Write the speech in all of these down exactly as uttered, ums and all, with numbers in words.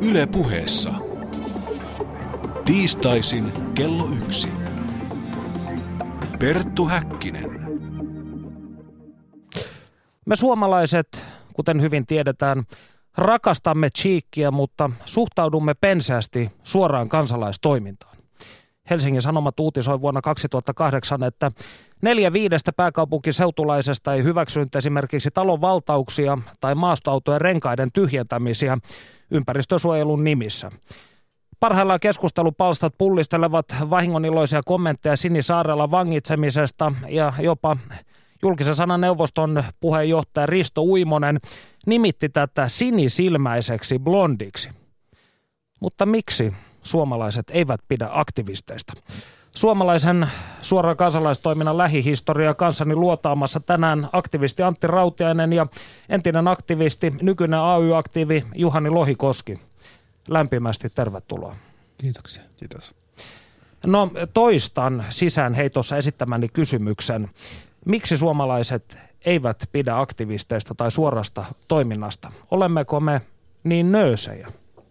Yle Puheessa. Tiistaisin kello yksi. Perttu Häkkinen. Me suomalaiset, kuten hyvin tiedetään, rakastamme cheekkiä, mutta suhtaudumme penseästi suoraan kansalaistoimintaan. Helsingin Sanomat uutisoi vuonna kaksituhattakahdeksan, että neljä viidestä pääkaupunkiseutulaisesta ei hyväksynyt esimerkiksi talon valtauksia tai maastoautojen renkaiden tyhjentämisiä ympäristösuojelun nimissä. Parhaillaan keskustelupalstat pullistelevat vahingoniloisia kommentteja Sinisaarella vangitsemisesta ja jopa julkisen sanan neuvoston puheenjohtaja Risto Uimonen nimitti tätä sinisilmäiseksi blondiksi. Mutta miksi suomalaiset eivät pidä aktivisteista? Suomalaisen suoran kansalaistoiminnan lähihistoria kanssani luotaamassa tänään aktivisti Antti Rautiainen ja entinen aktivisti, nykyinen A Y-aktiivi Juhani Lohikoski. Lämpimästi tervetuloa. Kiitoksia. Kiitos. No toistan sisäänheitossa esittämäni kysymyksen. Miksi suomalaiset eivät pidä aktivisteista tai suorasta toiminnasta? Olemmeko me niin nöysejä?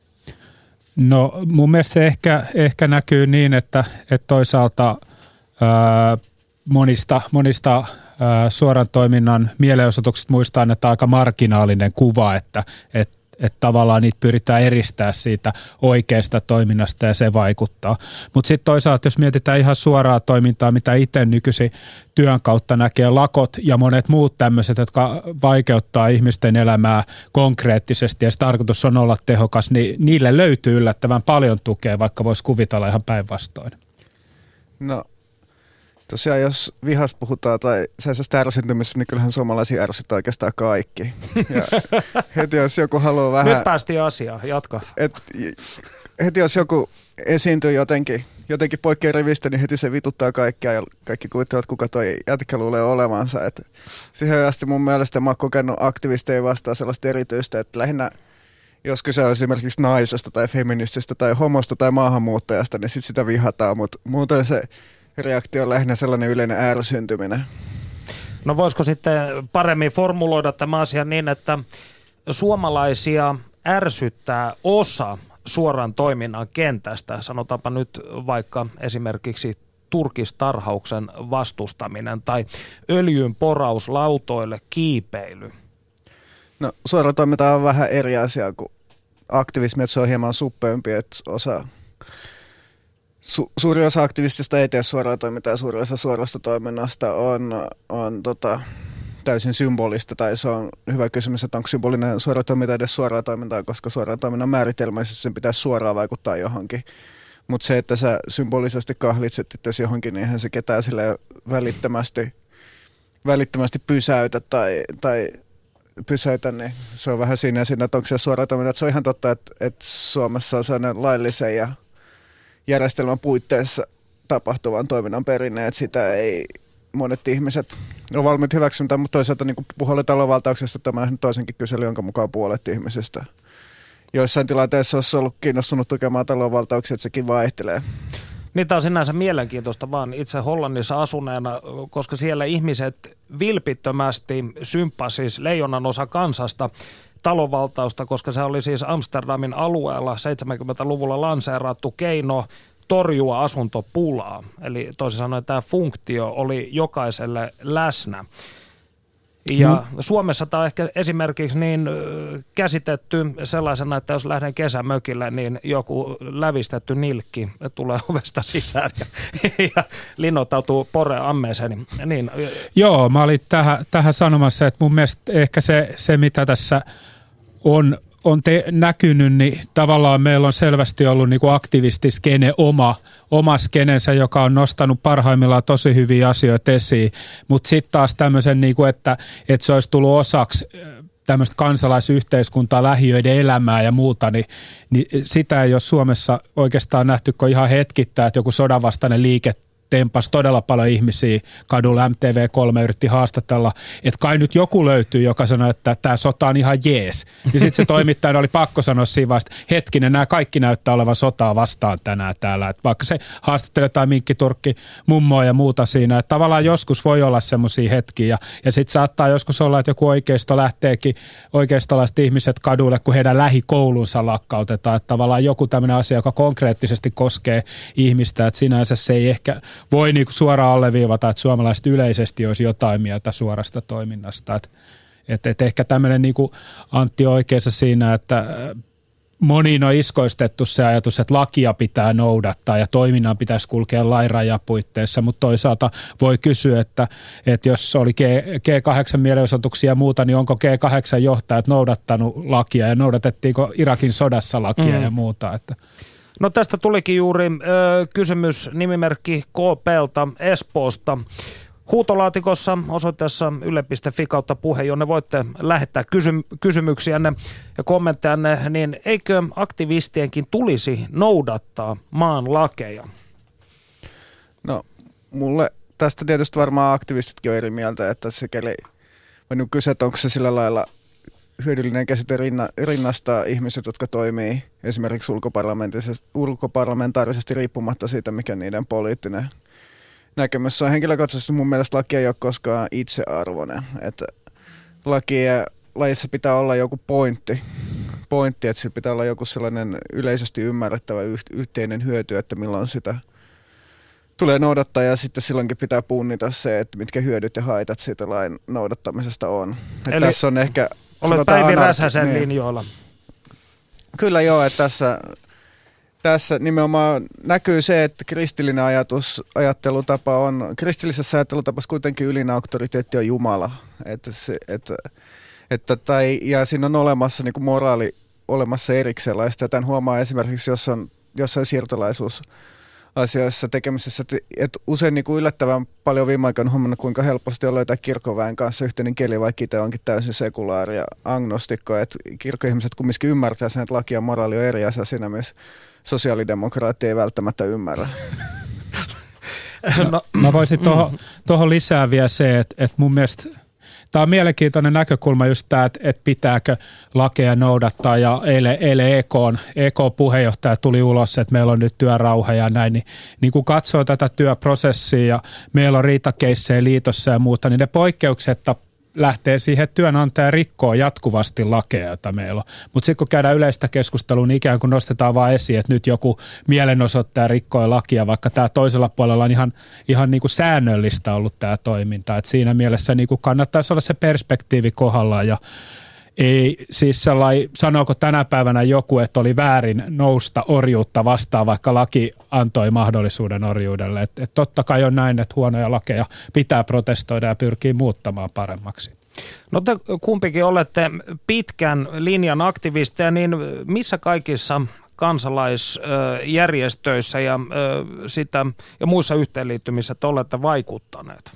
No mun mielestä se ehkä, ehkä näkyy niin, että, että toisaalta ää, monista, monista ää, suoran toiminnan mielenosoituksista muistaa annetaan aika marginaalinen kuva, että, että että tavallaan niitä pyritään eristää siitä oikeasta toiminnasta ja se vaikuttaa. Mutta sitten toisaalta, jos mietitään ihan suoraa toimintaa, mitä itse nykyisin työn kautta näkee, lakot ja monet muut tämmöiset, jotka vaikeuttaa ihmisten elämää konkreettisesti ja se tarkoitus on olla tehokas, niin niille löytyy yllättävän paljon tukea, vaikka voisi kuvitella ihan päinvastoin. No tosiaan, jos vihasta puhutaan tai sellaisesta ärsyntymisestä, niin kyllähän suomalaisia ärsyttää oikeastaan kaikki. Ja heti jos joku haluaa vähän... Nyt päästiin asiaan, jatka. Et, heti jos joku esiintyy jotenkin, jotenkin poikkeaa rivistä, niin heti se vituttaa kaikkia ja kaikki kuvittelevat, kuka toi jätkä luulee olevansa. Et siihen asti mun mielestä mä oon kokenut aktivisteja vastaan sellaista erityistä, että lähinnä jos kyse on esimerkiksi naisesta tai feminististä tai homosta tai maahanmuuttajasta, niin sit sitä vihataan, mutta muuten se reaktio on lähinnä sellainen yleinen ärsyntyminen. No voisiko sitten paremmin formuloida tämä asia niin, että suomalaisia ärsyttää osa suoran toiminnan kentästä, sanotaanpa nyt vaikka esimerkiksi turkistarhauksen vastustaminen tai öljyn poraus lautoille kiipeily? No suora toiminta on vähän eri asia kuin aktivismi, että se on hieman suppeampi, että osa Su- suuri osa aktivistista ei tee suoraa toimintaa ja suuri osa suorasta toiminnasta on, on tota, täysin symbolista. Tai se on hyvä kysymys, että onko symbolinen suora toiminta edes suoraa toimintaa, koska suoraan toiminnan määritelmäisesti sen pitäisi suoraan vaikuttaa johonkin. Mutta se, että sä symbolisesti kahlitset itse johonkin, niin eihän se ketään sille välittömästi, välittömästi pysäytä tai, tai pysäytä, niin se on vähän siinä ja siinä, että onko se suoraa toimintaa. Se on ihan totta, että, että Suomessa on sellainen laillisen ja järjestelmän puitteissa tapahtuvan toiminnan perinne, että sitä ei monet ihmiset ole valmiit hyväksymään, mutta toisaalta niin puhuin talonvaltauksesta, että mä nähnyt toisenkin kysely, jonka mukaan puolet ihmisistä joissain tilanteissa olisi ollut kiinnostunut tukemaan talonvaltauksia, että sekin vaihtelee. Niin tämä on sinänsä mielenkiintoista vaan itse Hollannissa asuneena, koska siellä ihmiset vilpittömästi symppasis leijonan osa kansasta talonvaltausta, koska se oli siis Amsterdamin alueella seitsemänkymmentäluvulla lanseerattu keino torjua asuntopulaa. Eli toisin sanoen tämä funktio oli jokaiselle läsnä. Ja mm. Suomessa tämä on ehkä esimerkiksi niin käsitetty sellaisena, että jos lähden kesämökille, niin joku lävistetty nilkki tulee ovesta sisään ja, ja linnoittautuu poreen ammeeseen. Niin. Joo, mä olin tähän, tähän sanomassa, että mun mielestä ehkä se, se mitä tässä on, on te, näkynyt, niin tavallaan meillä on selvästi ollut niin kuin aktivistiskene oma, oma skenensä, joka on nostanut parhaimmillaan tosi hyviä asioita esiin, mutta sitten taas tämmöisen, niin kuin, että, että se olisi tullut osaksi tämmöistä kansalaisyhteiskuntaa, lähiöiden elämää ja muuta, niin, niin sitä ei ole Suomessa oikeastaan nähty, kun ihan hetkittäin, että joku sodanvastainen liike tempasi todella paljon ihmisiä kadulla. M T V kolme yritti haastatella, että kai nyt joku löytyy, joka sanoi, että tämä sota on ihan jees. Ja sitten se toimittaja oli pakko sanoa siinä vasta, että hetkinen, nämä kaikki näyttää olevan sotaa vastaan tänään täällä. Että vaikka se haastattelee jotain minkkiturkki mummoa ja muuta siinä, että tavallaan joskus voi olla semmoisia hetkiä. Ja, ja sitten saattaa joskus olla, että joku oikeisto lähteekin, oikeistolaiset ihmiset kadulle, kun heidän lähikoulunsa lakkautetaan. Että tavallaan joku tämmöinen asia, joka konkreettisesti koskee ihmistä, että sinänsä se ei ehkä voi niinku suoraan alleviivata, että suomalaiset yleisesti olisi jotain mieltä suorasta toiminnasta. Että et, et ehkä tämmöinen niinku Antti oikeassa siinä, että moniin on iskoistettu se ajatus, että lakia pitää noudattaa ja toiminnan pitäisi kulkea lain rajapuitteissa, mutta toisaalta voi kysyä, että, että jos oli G kahdeksan mielenosoituksia ja muuta, niin onko G kahdeksan johtajat noudattanut lakia ja noudatettiinko Irakin sodassa lakia mm. ja muuta, että no tästä tulikin juuri ö, kysymys nimimerkki K P:ltä Espoosta. Huutolaatikossa osoitteessa yle piste fi kautta puhe, jonne voitte lähettää kysy- kysymyksiänne ja kommenttejanne, niin eikö aktivistienkin tulisi noudattaa maan lakeja? No mulle tästä tietysti varmaan aktivistitkin on eri mieltä, että sikäli on kyse, että onko se sillä lailla hyödyllinen käsite rinnastaa ihmiset, jotka toimii esimerkiksi ulkoparlamentaarisesti riippumatta siitä, mikä niiden poliittinen näkemys on. Henkilökohtaisesti mun mielestä laki ei ole koskaan itsearvoinen. Että lakia, lajissa pitää olla joku pointti, pointti, että sillä pitää olla joku sellainen yleisesti ymmärrettävä yhteinen hyöty, että milloin sitä tulee noudattaa ja sitten silloinkin pitää punnita se, että mitkä hyödyt ja haitat siitä lain noudattamisesta on. Eli tässä on ehkä olet Päivi Räsäsen niin linjoilla. Kyllä joo, että tässä, tässä nimenomaan näkyy se, että kristillinen ajatus, ajattelutapa on, kristillisessä ajattelutapassa kuitenkin ylin auktoriteetti on Jumala. Että se, että, että, tai, ja siinä on olemassa niin kuin moraali olemassa erikseen laista. Ja tämän huomaa esimerkiksi, jos on jossain siirtolaisuus asioissa tekemisessä, että, että usein niin kuin yllättävän paljon viime aikoina huomannut, kuinka helposti on löytää kirkkoväen kanssa yhteinen kieli, vaikka itse onkin täysin sekulaari ja agnostikko, että kirkkoihmiset kumminkin ymmärtää sen, että laki ja moraali on eri asia, siinä myös sosiaalidemokraatti ei välttämättä ymmärrä. No, mä voisin tuohon lisää vielä se, että, että mun mielestä tämä on mielenkiintoinen näkökulma just tämä, että, että pitääkö lakeja noudattaa ja eilen, eilen E K:n, E K-puheenjohtaja tuli ulos, että meillä on nyt työrauha ja näin, niin, niin kun katsoo tätä työprosessia ja meillä on riitakeissejä liitossa ja muuta, niin ne poikkeuksetta lähtee siihen, että työnantaja rikkoo jatkuvasti lakeja, joita meillä on. Mutta sitten kun käydään yleistä keskustelua, niin ikään kuin nostetaan vaan esiin, että nyt joku mielenosoittaja rikkoo lakia, vaikka tämä toisella puolella on ihan, ihan niin kuin säännöllistä ollut tämä toiminta. Et siinä mielessä niin kuin kannattaisi olla se perspektiivi kohdallaan ja ei siis sellainen, sanooko tänä päivänä joku, että oli väärin nousta orjuutta vastaan, vaikka laki antoi mahdollisuuden orjuudelle. Että et totta kai on näin, että huonoja lakeja pitää protestoida ja pyrkii muuttamaan paremmaksi. No te kumpikin olette pitkän linjan aktivisteja, niin missä kaikissa kansalaisjärjestöissä ja, sitä, ja muissa yhteenliittymissä te olette vaikuttaneet?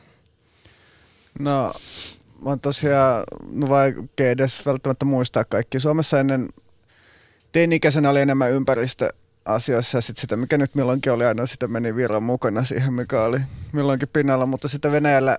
No mä oon tosiaan, no vaikea edes välttämättä muistaa kaikki. Suomessa ennen teini-ikäisenä oli enemmän ympäristöasioissa ja sitten sitä, mikä nyt milloinkin oli aina, sitä meni Viron mukana siihen, mikä oli milloinkin pinnalla. Mutta sitten Venäjällä,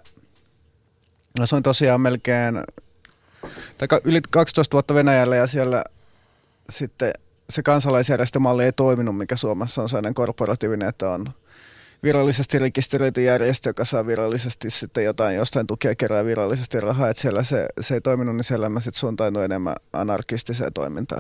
no se on tosiaan melkein, tai yli kaksitoista vuotta Venäjällä ja siellä sitten se kansalaisjärjestömalli ei toiminut, mikä Suomessa on sellainen korporatiivinen, että on virallisesti rekisteröity järjestö, joka saa virallisesti sitten jotain jostain tukea kerää virallisesti rahaa, että siellä se, se ei toiminut, niin siellä mä sitten suuntaudun enemmän anarkistiseen toimintaan.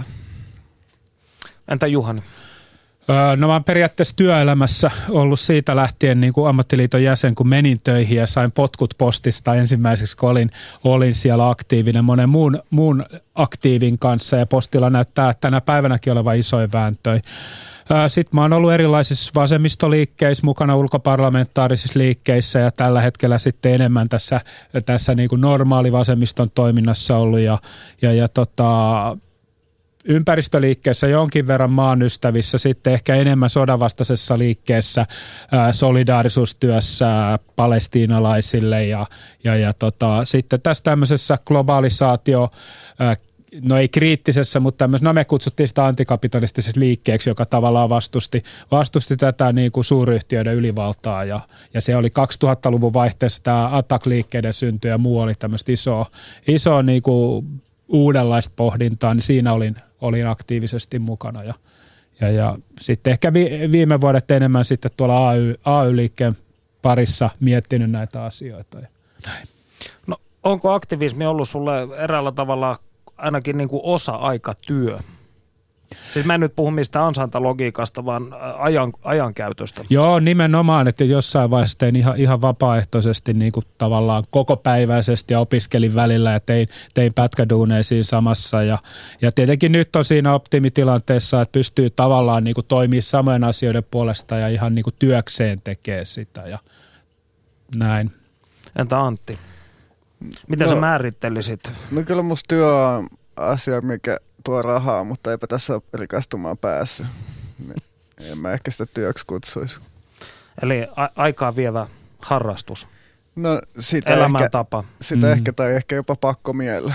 Entä Juhani? No mä oon periaatteessa työelämässä ollut siitä lähtien niin kuin ammattiliiton jäsen, kun menin töihin ja sain potkut postista ensimmäiseksi, kun olin, olin siellä aktiivinen monen muun, muun aktiivin kanssa ja postilla näyttää tänä päivänäkin olevan isoin vääntöi. Sitten mä oon ollut erilaisissa vasemmistoliikkeissä, mukana ulkoparlamentaarisissa liikkeissä ja tällä hetkellä sitten enemmän tässä, tässä niin kuin normaali vasemmiston toiminnassa ollut ja, ja, ja tota, ympäristöliikkeessä jonkin verran maanystävissä, sitten ehkä enemmän sodanvastaisessa liikkeessä, ää, solidaarisuustyössä palestiinalaisille ja, ja, ja tota, sitten tässä tämmöisessä globalisaatio ää, no ei kriittisessä, mutta tämmöisessä, no me kutsuttiin sitä antikapitalistisessa liikkeeksi, joka tavallaan vastusti, vastusti tätä niin kuin suuryhtiöiden ylivaltaa ja, ja se oli kaksituhattaluvun vaihteessa tämä A T A C-liikkeiden synty ja muu oli tämmöistä isoa, isoa niin kuin uudenlaista pohdintaa, niin siinä olin, olin aktiivisesti mukana ja, ja, ja sitten ehkä vi, viime vuodet enemmän sitten tuolla A Y, A Y-liikkeen parissa miettinyt näitä asioita ja näin. No onko aktivismi ollut sulle eräällä tavalla ainakin niin kuin osa-aikatyö? Siis mä en nyt puhu mistään ansaintalogiikasta, vaan ajan, ajankäytöstä. Joo, nimenomaan, että jossain vaiheessa tein ihan, ihan vapaaehtoisesti niin kuin tavallaan kokopäiväisesti ja opiskelin välillä ja tein, tein pätkäduuneja siinä samassa. Ja, ja tietenkin nyt on siinä optimitilanteessa, että pystyy tavallaan niin kuin toimimaan samojen asioiden puolesta ja ihan niin kuin työkseen tekee sitä ja näin. Entä Antti? Miten no, sä määrittelisit? No kyllä musta työ on asia, mikä tuo rahaa, mutta eipä tässä ole rikastumaan päässyt. En mä ehkä sitä työksi kutsuisi. Eli a- aikaa vievä harrastus. No sitä elämäntapa. Ehkä, sitä mm. ehkä tai ehkä jopa pakko miellä.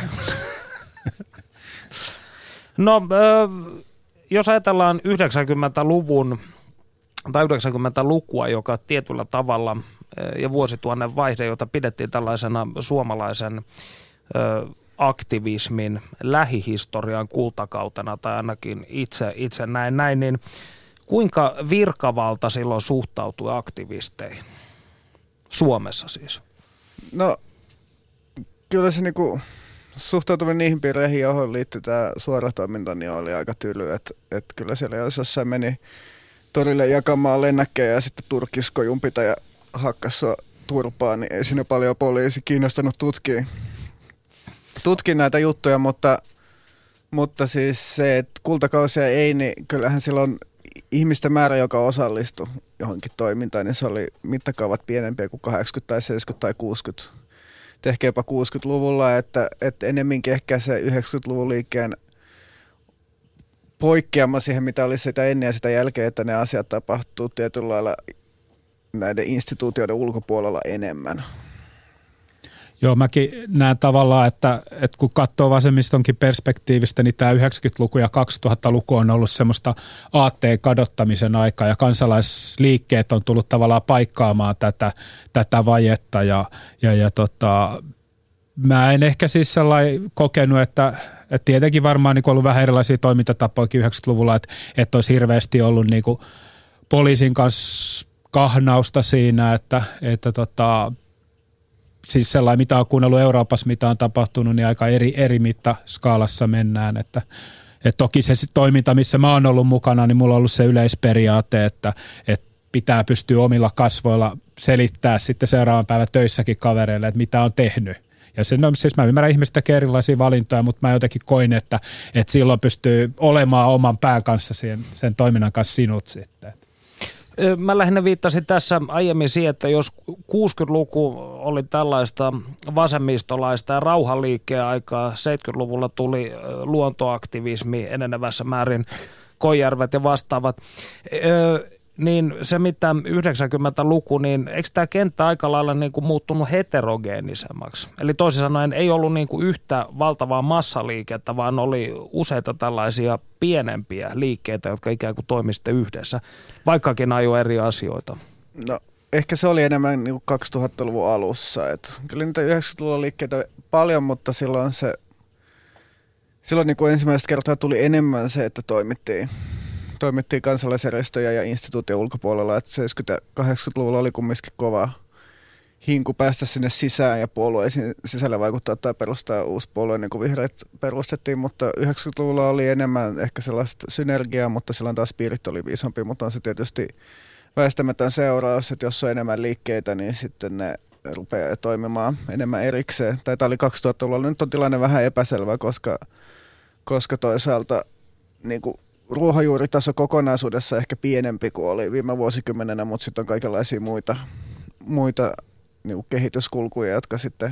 No jos ajatellaan yhdeksänkymmentäluvun tai yhdeksänkymmentälukua, joka tietyllä tavalla ja vuosituhannen vaihde, jota pidettiin tällaisena suomalaisen aktivismin lähihistorian kultakautena, tai ainakin itse, itse näin näin, niin kuinka virkavalta silloin suhtautui aktivisteihin? Suomessa siis. No kyllä se niinku suhtautuminen niihin piireihin, johon liittyy tämä suoratoiminta, niin oli aika tyly, että et kyllä siellä jossain meni torille jakamaan lennäkkejä ja sitten turkiskojun pitäjä hakkas sua turpaan, niin ei siinä paljon poliisi kiinnostanut tutkia, tutkia näitä juttuja, mutta, mutta siis se, että kultakausia ei, niin kyllähän silloin ihmisten määrä, joka osallistui johonkin toimintaan, niin se oli mittakaavat pienempiä kuin kahdeksankymmentä tai seitsemänkymmentä tai kuusikymmentä, ehkä jopa kuusikymmentäluvulla, että, että enemmänkin ehkä se yhdeksänkymmentäluvun liikkeen poikkeama siihen, mitä oli sitä ennen ja sitä jälkeen, että ne asiat tapahtuu tietyllä lailla näiden instituutioiden ulkopuolella enemmän. Joo, mäkin näen tavallaan, että, että kun katsoo vasemmistonkin perspektiivistä, niin tämä yhdeksänkymmentäluku ja kaksituhattaluku on ollut semmoista aatteen kadottamisen aikaa ja kansalaisliikkeet on tullut tavallaan paikkaamaan tätä, tätä vajetta ja, ja, ja tota, mä en ehkä siis sellainen kokenut, että, että tietenkin varmaan niin ollut vähän erilaisia toimintatapoja yhdeksänkymmentäluvulla, että, että olisi hirveästi ollut niin kuin poliisin kanssa kahnausta siinä, että, että tota, siis sellainen, mitä on kuunnellut Euroopassa, mitä on tapahtunut, niin aika eri, eri mittaskaalassa mennään. Että, että toki se toiminta, missä mä oon ollut mukana, niin mulla on ollut se yleisperiaate, että, että pitää pystyä omilla kasvoilla selittää sitten seuraavan päivän töissäkin kavereille, että mitä on tehnyt. Ja sen, no, siis mä ymmärrän, ihmiset tekee erilaisia valintoja, mutta mä jotenkin koin, että, että silloin pystyy olemaan oman pään kanssa sen, sen toiminnan kanssa sinut sitten. Mä lähinnä viittasin tässä aiemmin siihen, että jos kuusikymmentäluku oli tällaista vasemmistolaista ja rauhanliikkeen aikaa, seitsemänkymmentäluvulla tuli luontoaktivismi enenevässä määrin, Koijärvet ja vastaavat, niin se mitä yhdeksänkymmentäluku, niin eikö tämä kenttä aika lailla niin kuin muuttunut heterogeenisemmaksi? Eli toisin sanoen ei ollut niin kuin yhtä valtavaa massaliikettä, vaan oli useita tällaisia pienempiä liikkeitä, jotka ikään kuin toimi sitten yhdessä, vaikkakin ajoi eri asioita. No ehkä se oli enemmän niin kuin kaksituhattaluvun alussa. Et kyllä niitä yhdeksänkymmentäluvun liikkeitä paljon, mutta silloin se silloin niin kuin ensimmäistä kertaa tuli enemmän se, että toimittiin. Toimittiin kansalaisjärjestöjä ja instituution ulkopuolella, että seitsemänkymmentä-kahdeksankymmentäluvulla oli kumminkin kova hinku päästä sinne sisään ja puolueisiin sisälle vaikuttaa tai perustaa uusi puolue, niin kuin vihreät perustettiin, mutta yhdeksänkymmentäluvulla oli enemmän ehkä sellaista synergiaa, mutta silloin taas piirit oli isompi, mutta on se tietysti väistämätön seuraus, että jos on enemmän liikkeitä, niin sitten ne rupeaa toimimaan enemmän erikseen. Tai tämä oli kaksituhattaluvulla, nyt on tilanne vähän epäselvä, koska, koska toisaalta niin kuin ruohonjuuritaso kokonaisuudessa ehkä pienempi kuin oli viime vuosikymmenenä, mutta sitten on kaikenlaisia muita, muita niin kuin kehityskulkuja, jotka sitten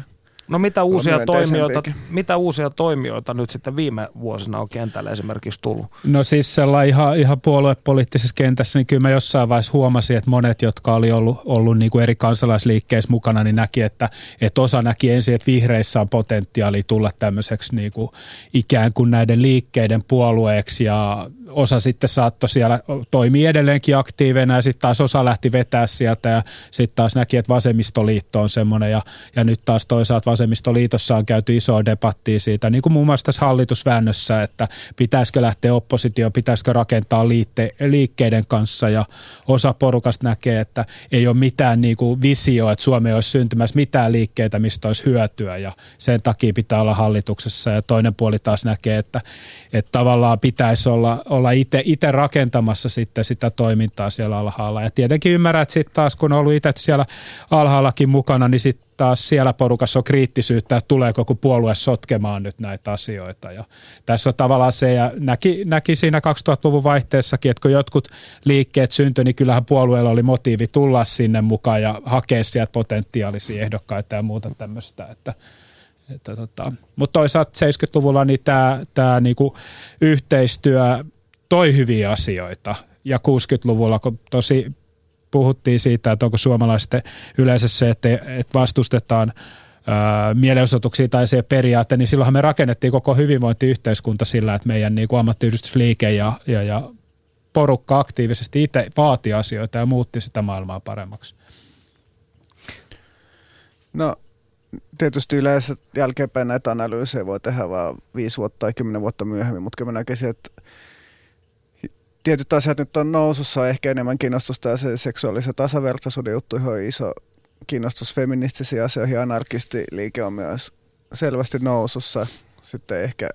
No mitä uusia, toimijoita, mitä uusia toimijoita nyt sitten viime vuosina on kentällä esimerkiksi tullut? No siis sellainen ihan, ihan puoluepoliittisessa kentässä, niin kyllä mä jossain vaiheessa huomasin, että monet, jotka oli ollut, ollut niin kuin eri kansalaisliikkeissä mukana, niin näki, että, että osa näki ensin, että vihreissä on potentiaalia tulla tämmöiseksi niin kuin ikään kuin näiden liikkeiden puolueeksi ja osa sitten saattoi siellä toimia edelleenkin aktiiveina ja sitten taas osa lähti vetää sieltä ja sitten taas näki, että vasemmistoliitto on semmoinen ja, ja nyt taas toisaalta vasemmistoliitossa on käyty isoa debattia siitä, niin kuin muun muassa tässä hallitusväännössä, että pitäisikö lähteä oppositioon, pitäisikö rakentaa liitte, liikkeiden kanssa ja osa porukasta näkee, että ei ole mitään niin kuin visio, että Suomi olisi syntymässä mitään liikkeitä, mistä olisi hyötyä ja sen takia pitää olla hallituksessa ja toinen puoli taas näkee, että, että tavallaan pitäisi olla, olla itse, itse rakentamassa sitten sitä toimintaa siellä alhaalla ja tietenkin ymmärrät, että sitten taas kun on ollut itse siellä alhaallakin mukana, niin sitten taas siellä porukassa on kriittisyyttä, että tuleeko joku puolue sotkemaan nyt näitä asioita. Ja tässä on tavallaan se, ja näki, näki siinä kaksituhattaluvun vaihteessakin, että kun jotkut liikkeet syntyi, niin kyllähän puolueella oli motiivi tulla sinne mukaan ja hakea sieltä potentiaalisia ehdokkaita ja muuta tämmöistä. Että, että tota. Mutta toisaalta seitsemänkymmentäluvulla niin tämä, tämä niinku yhteistyö toi hyviä asioita ja kuusikymmentäluvulla, kun tosi puhuttiin siitä, että onko suomalaisten yleensä se, että, että vastustetaan ää, mielenosoituksia tai se periaate, niin silloinhan me rakennettiin koko hyvinvointiyhteiskunta sillä, että meidän niin kuin ammattiyhdistysliike ja, ja, ja porukka aktiivisesti itse vaati asioita ja muutti sitä maailmaa paremmaksi. No tietysti yleensä jälkeenpäin näitä analyysejä voi tehdä vaan viisi vuotta tai kymmenen vuotta myöhemmin, mutta mä näkisin, että tietyt asiat nyt on nousussa, ehkä enemmän kiinnostusta ja se seksuaalisen tasavertaisuuden juttu on iso kiinnostus feministisiin asioihin. Anarkistiliike on myös selvästi nousussa. Sitten ehkä,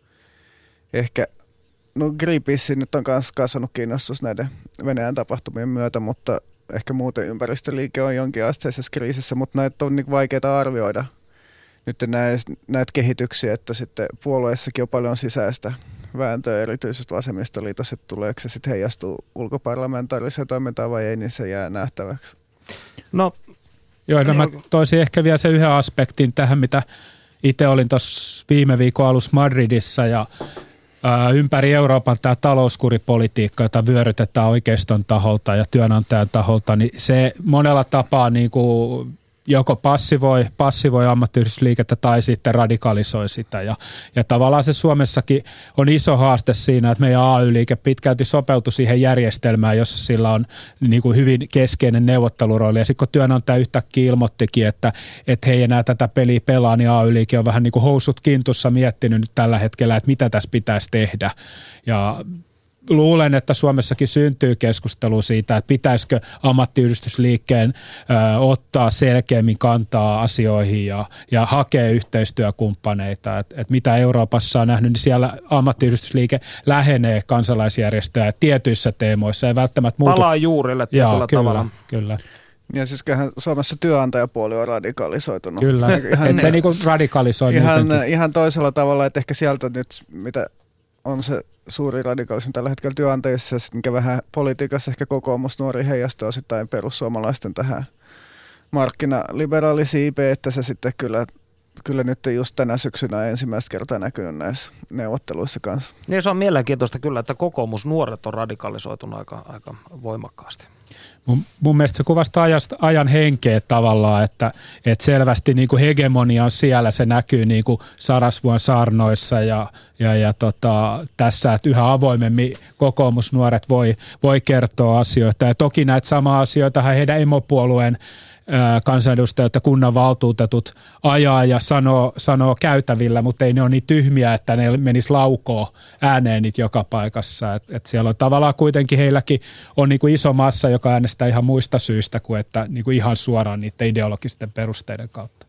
ehkä no Greenpeace nyt on myös kasvanut kiinnostus näiden Venäjän tapahtumien myötä, mutta ehkä muuten ympäristöliike on jonkin asteisessa kriisissä, mutta näitä on niin vaikeaa arvioida nyt näitä kehityksiä, että sitten puolueessakin on paljon sisäistä vääntöä erityisesti vasemmistoliitossa, että tuleeko se sitten heijastuu ulkoparlamentaariseen toimintaan vai ei, niin se jää nähtäväksi. No, Joo, no mä toisin ehkä vielä sen yhden aspektin tähän, mitä itse olin tuossa viime viikon alussa Madridissa ja ää, ympäri Euroopan tämä talouskuripolitiikka, jota vyörytetään oikeiston taholta ja työnantajan taholta, niin se monella tapaa niin kuin joko passivoi, passivoi ammattiyhdistysliikettä tai sitten radikalisoi sitä. Ja, ja tavallaan se Suomessakin on iso haaste siinä, että meidän A Y-liike pitkälti sopeutui siihen järjestelmään, jossa sillä on niin kuin hyvin keskeinen neuvottelurooli. Ja sitten kun työnantaja yhtäkkiä ilmoittikin, että, että he ei enää tätä peliä pelaa, niin A Y-liike on vähän niin kuin housut kintussa miettinyt nyt tällä hetkellä, että mitä tässä pitäisi tehdä. Ja luulen, että Suomessakin syntyy keskustelu siitä, että pitäisikö ammattiyhdistysliikkeen ö, ottaa selkeämmin kantaa asioihin ja, ja hakea yhteistyökumppaneita. Et, et mitä Euroopassa on nähnyt, niin siellä ammattiyhdistysliike lähenee kansalaisjärjestöjä tietyissä teemoissa. Ei välttämättä muutu. Palaa juurille tietyllä tavalla. Kyllä. Ja siis Suomessa työnantajapuoli on radikalisoitunut. Kyllä, että se niinku radikalisoi ihan, ihan toisella tavalla, että ehkä sieltä nyt, mitä on se suuri radikaalismi tällä hetkellä työnantajissa, mikä vähän politiikassa ehkä kokoomus nuori heijastuu osittain perussuomalaisten tähän markkinaliberaalisiin I P, että se sitten kyllä, kyllä nyt just tänä syksynä ensimmäistä kertaa näkynyt näissä neuvotteluissa kanssa. Niin se on mielenkiintoista kyllä, että kokoomus nuoret on radikalisoitunut aika, aika voimakkaasti. Mun, mun mielestä se kuvastaa ajasta, ajan henkeä tavallaan, että, että selvästi niin kuin hegemonia on siellä, se näkyy niin kuin Sarasvuon saarnoissa ja, ja, ja tota, tässä, että yhä avoimemmin kokoomusnuoret voi, voi kertoa asioita. Ja toki näitä samaa asioita heidän emopuolueen kansanedustajat ja kunnanvaltuutetut ajaa ja sanoo, sanoo käytävillä, mutta ei ne ole niin tyhmiä, että ne menisi laukoon ääneen niitä joka paikassa. Et, et siellä on tavallaan kuitenkin heilläkin on niinku iso massa, joka äänestää ihan muista syistä kuin että niinku ihan suoraan niiden ideologisten perusteiden kautta.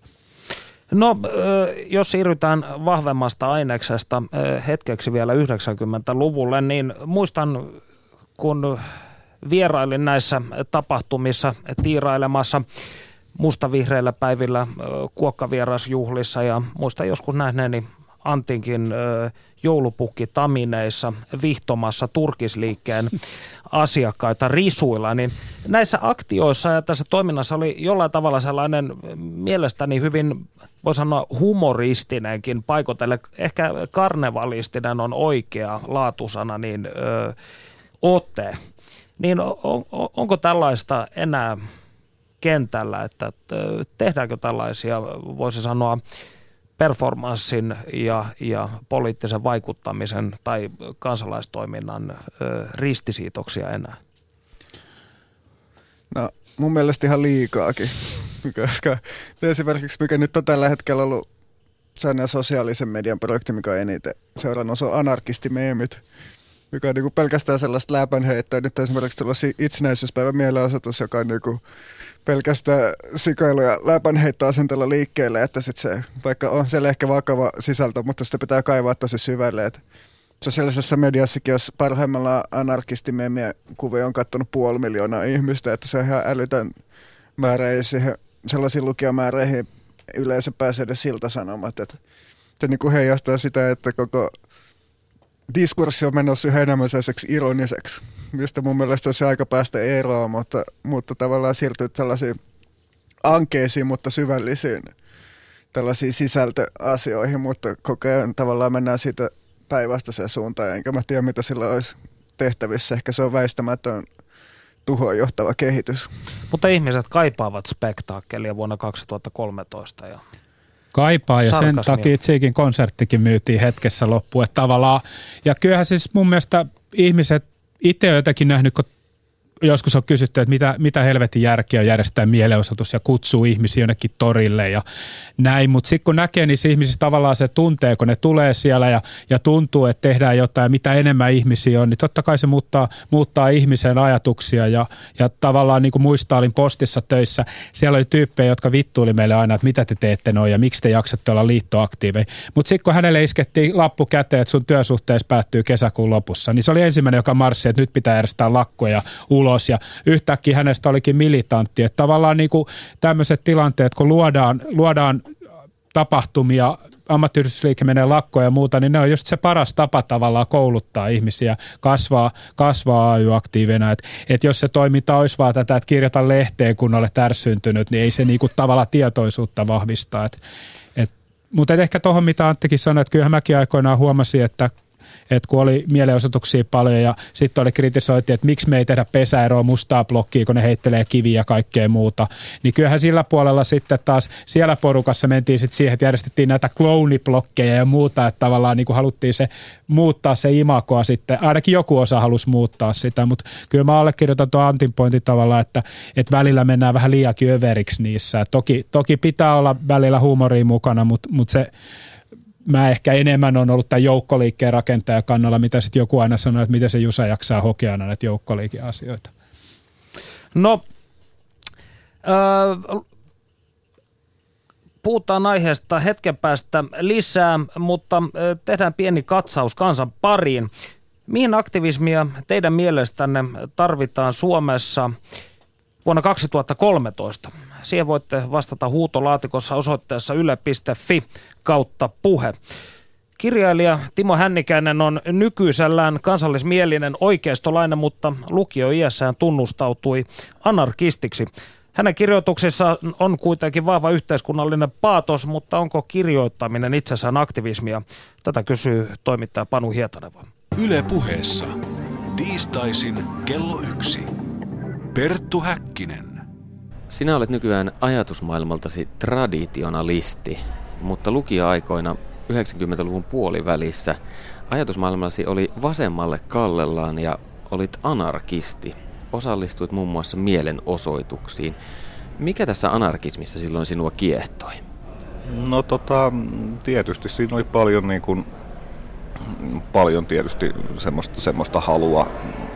No, jos siirrytään vahvemmasta aineksesta hetkeksi vielä yhdeksänkymmentäluvulle, niin muistan, kun vierailin näissä tapahtumissa tiirailemassa mustavihreillä päivillä kuokkavierasjuhlissa ja muistan joskus nähneeni Antinkin joulupukki tamineissa vihtomassa turkisliikkeen asiakkaita risuilla, niin näissä aktioissa ja tässä toiminnassa oli jollain tavalla sellainen mielestäni hyvin voi sanoa humoristinenkin paikotelle, ehkä karnevalistinen on oikea laatusana, niin ö, ote. Niin on, on, onko tällaista enää kentällä, että tehdäänkö tällaisia, voisi sanoa, performanssin ja, ja poliittisen vaikuttamisen tai kansalaistoiminnan ö, ristisiitoksia enää? No mun mielestä ihan liikaakin, koska esimerkiksi mikä nyt on tällä hetkellä ollut sellainen sosiaalisen median projekti, mikä on eniten seurannut, on anarkistimeemit, mikä on niin kuin pelkästään sellaista läpänheittoa. Nyt esimerkiksi tulossa itsenäisyyspäivän mielenosoitus, joka on niin kuin pelkästään sikailu ja läpänheittoasenteella liikkeelle, että sit se, vaikka on siellä ehkä vakava sisältö, mutta sitä pitää kaivaa tosi syvälle. Että sosiaalisessa mediassakin, jos parhaimmalla anarkistimeemien kuvia on katsonut puoli miljoonaa ihmistä, että se on ihan älytön määrä, ei siihen sellaisiin lukijamääräihin yleensä pääsee edes siltasanomat. Että se niin kuin heijastaa sitä, että koko diskurssi on menossa yhä enemmän sellaiseksi ironiseksi, mistä mun mielestä olisi aika päästä eroon, mutta, mutta tavallaan siirtyy tällaisiin ankeisiin, mutta syvällisiin tällaisiin sisältöasioihin, mutta koko ajan tavallaan mennään siitä päinvastaiseen suuntaan, enkä mä tiedä, mitä sillä olisi tehtävissä. Ehkä se on väistämätön tuhoon johtava kehitys. Mutta ihmiset kaipaavat spektaakkelia vuonna kaksituhattakolmetoista ja kaipaa ja sen takia Tsiikin konserttikin myytiin hetkessä loppuun. Että tavallaan, ja kyllähän siis mun mielestä ihmiset itse on jotenkin nähnyt, kun joskus on kysytty, että mitä, mitä helvetin järkeä on järjestää mielenosoitus ja kutsuu ihmisiä jonnekin torille ja näin. Mutta sitten kun näkee niissä ihmisissä tavallaan se tuntee, kun ne tulee siellä ja, ja tuntuu, että tehdään jotain ja mitä enemmän ihmisiä on, niin totta kai se muuttaa, muuttaa ihmisen ajatuksia ja, ja tavallaan niin kuin muistaa, olin postissa töissä. Siellä oli tyyppejä, jotka vittuili meille aina, että mitä te teette noin ja miksi te jaksatte olla liittoaktiiveja. Mutta sitten kun hänelle iskettiin lappu käteen, että sun työsuhteessa päättyy kesäkuun lopussa, niin se oli ensimmäinen, joka marssi, että nyt pitää järjestää lakkoja ulos. Ja yhtäkkiä hänestä olikin militantti. Että tavallaan niin kuin tämmöiset tilanteet, kun luodaan, luodaan tapahtumia, ammattiyhdistysliike menee lakkoon ja muuta, niin ne on just se paras tapa tavallaan kouluttaa ihmisiä, kasvaa, kasvaa A Y-aktiivina. Että et jos se toiminta olisi vaan tätä, että kirjoita lehteen, kun olet ärsyntynyt, niin ei se niin kuin tavallaan tietoisuutta vahvistaa. Et, et, mutta et ehkä tuohon, mitä Anttikin sanoi, että kyllähän mäkin aikoinaan huomasin, että että kun oli mielenosoituksia paljon ja sitten oli kritisoitiin, että miksi me ei tehdä pesäeroa mustaa blokkia, kun ne heittelee kiviä ja kaikkea muuta. Niin kyllähän sillä puolella sitten taas siellä porukassa mentiin sitten siihen, että järjestettiin näitä klooniblokkeja ja muuta, että tavallaan niin kuin haluttiin se muuttaa se imagoa sitten. Ainakin joku osa halusi muuttaa sitä, mutta kyllä mä allekirjoitan tuon Antin pointin tavalla, että, että välillä mennään vähän liiakin överiksi niissä. Toki, toki pitää olla välillä huumoria mukana, mutta, mutta se mä ehkä enemmän on ollut tämän joukkoliikkeen rakentajan kannalla, mitä sitten joku aina sanoo, että miten se Jusa jaksaa hokea näitä joukkoliikeasioita. No, äh, puhutaan aiheesta hetken päästä lisää, mutta äh, tehdään pieni katsaus kansan pariin. Mihin aktivismia teidän mielestänne tarvitaan Suomessa vuonna kaksituhattakolmetoista? Siihen voitte vastata huutolaatikossa osoitteessa yle piste fi kautta puhe. Kirjailija Timo Hännikäinen on nykyisellään kansallismielinen oikeistolainen, mutta lukioiässään tunnustautui anarkistiksi. Hänen kirjoituksissaan on kuitenkin vahva yhteiskunnallinen paatos, mutta onko kirjoittaminen itsessään aktivismia? Tätä kysyy toimittaja Panu Hietaneva. Yle Puheessa. Tiistaisin kello yksi. Perttu Häkkinen. Sinä olet nykyään ajatusmaailmaltasi traditionalisti, mutta lukioaikoina yhdeksänkymmentäluvun puolivälissä ajatusmaailmallasi oli vasemmalle kallellaan ja olit anarkisti. Osallistuit muun muassa mielenosoituksiin. Mikä tässä anarkismissa silloin sinua kiehtoi? No tota, tietysti siinä oli paljon, niin kuin, paljon tietysti semmoista, semmoista halua,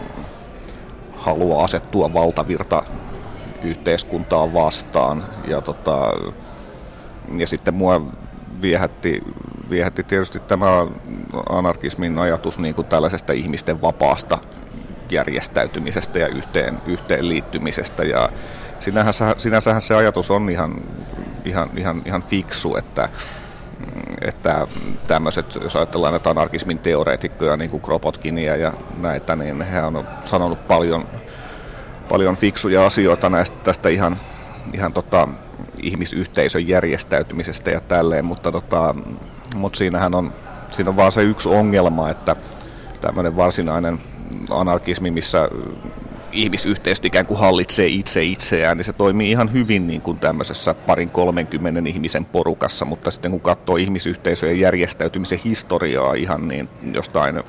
halua asettua valtavirta yhteiskuntaa vastaan. Ja, tota, ja sitten mua viehätti, viehätti tietysti tämä anarkismin ajatus niin kuin tällaisesta ihmisten vapaasta järjestäytymisestä ja yhteen, yhteenliittymisestä. Ja sinänsähän, sinänsähän se ajatus on ihan, ihan, ihan, ihan fiksu, että, että tämmöiset, jos ajatellaan näitä anarkismin teoreetikkoja, niin kuin Kropotkinia ja näitä, niin he on sanonut paljon, paljon fiksuja asioita näistä, tästä ihan, ihan tota, ihmisyhteisön järjestäytymisestä ja tälleen, mutta, tota, mutta siinähän on, siinä on vaan se yksi ongelma, että tämmöinen varsinainen anarkismi, missä ihmisyhteisö ikään kuin hallitsee itse itseään, niin se toimii ihan hyvin niin kuin tämmöisessä parin kolmenkymmenen ihmisen porukassa, mutta sitten kun katsoo ihmisyhteisöjen järjestäytymisen historiaa ihan niin jostain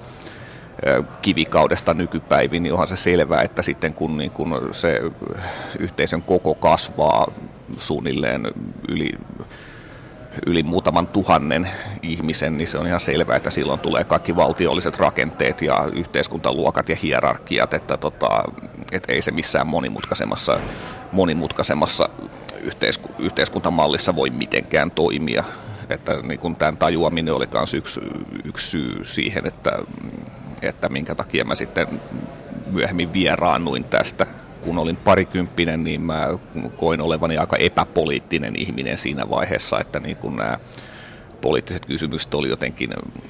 kivikaudesta nykypäiviin, niin onhan se selvää, että sitten kun, niin kun se yhteisön koko kasvaa suunnilleen yli, yli muutaman tuhannen ihmisen, niin se on ihan selvää, että silloin tulee kaikki valtiolliset rakenteet ja yhteiskuntaluokat ja hierarkiat, että tota, et ei se missään monimutkaisemmassa, monimutkaisemmassa yhteisku, yhteiskuntamallissa voi mitenkään toimia. Että niin kun tämän tajuaminen oli myös yksi, yksi syy siihen, että että minkä takia mä sitten myöhemmin vieraannuin tästä. Kun olin parikymppinen, niin mä koin olevani aika epäpoliittinen ihminen siinä vaiheessa, että niin kun nämä poliittiset kysymykset oli jotenkin,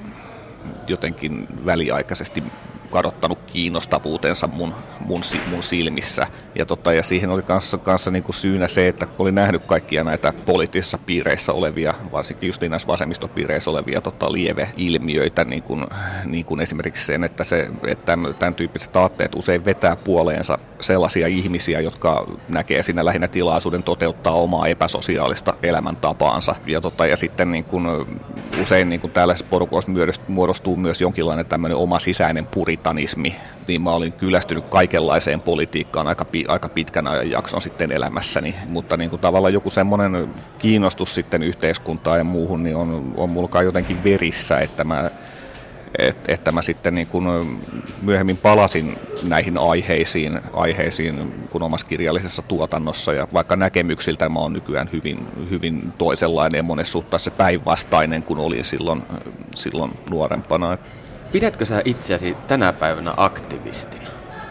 jotenkin väliaikaisesti kadottanut kiinnostavuutensa mun, mun, mun silmissä. Ja, tota, ja siihen oli kanssa, kanssa niin kuin syynä se, että olin nähnyt kaikkia näitä poliittisissa piireissä olevia, varsinkin just näissä vasemmistopiireissä olevia tota, lieveilmiöitä, niin kuin, niin kuin esimerkiksi sen, että, se, että tämän tyyppiset aatteet usein vetää puoleensa sellaisia ihmisiä, jotka näkee siinä lähinnä tilaisuuden toteuttaa omaa epäsosiaalista elämäntapaansa. Ja, tota, ja sitten niin kuin, usein niin kuin tällaisessa porukoissa muodostuu myös jonkinlainen tämmöinen oma sisäinen puritanismi, niin mä olin kyllästynyt kaikenlaiseen politiikkaan aika, aika pitkän ajan jakson sitten elämässäni, mutta niin kuin tavallaan joku semmoinen kiinnostus sitten yhteiskuntaan ja muuhun niin on, on mulla jotenkin verissä, että mä, et, että mä sitten niin kuin myöhemmin palasin näihin aiheisiin, aiheisiin kun omassa kirjallisessa tuotannossa, ja vaikka näkemyksiltä mä oon nykyään hyvin, hyvin toisenlainen ja monessa suhteessa päinvastainen kuin olin silloin, silloin nuorempana. Pidätkö sä itseäsi tänä päivänä aktivistina?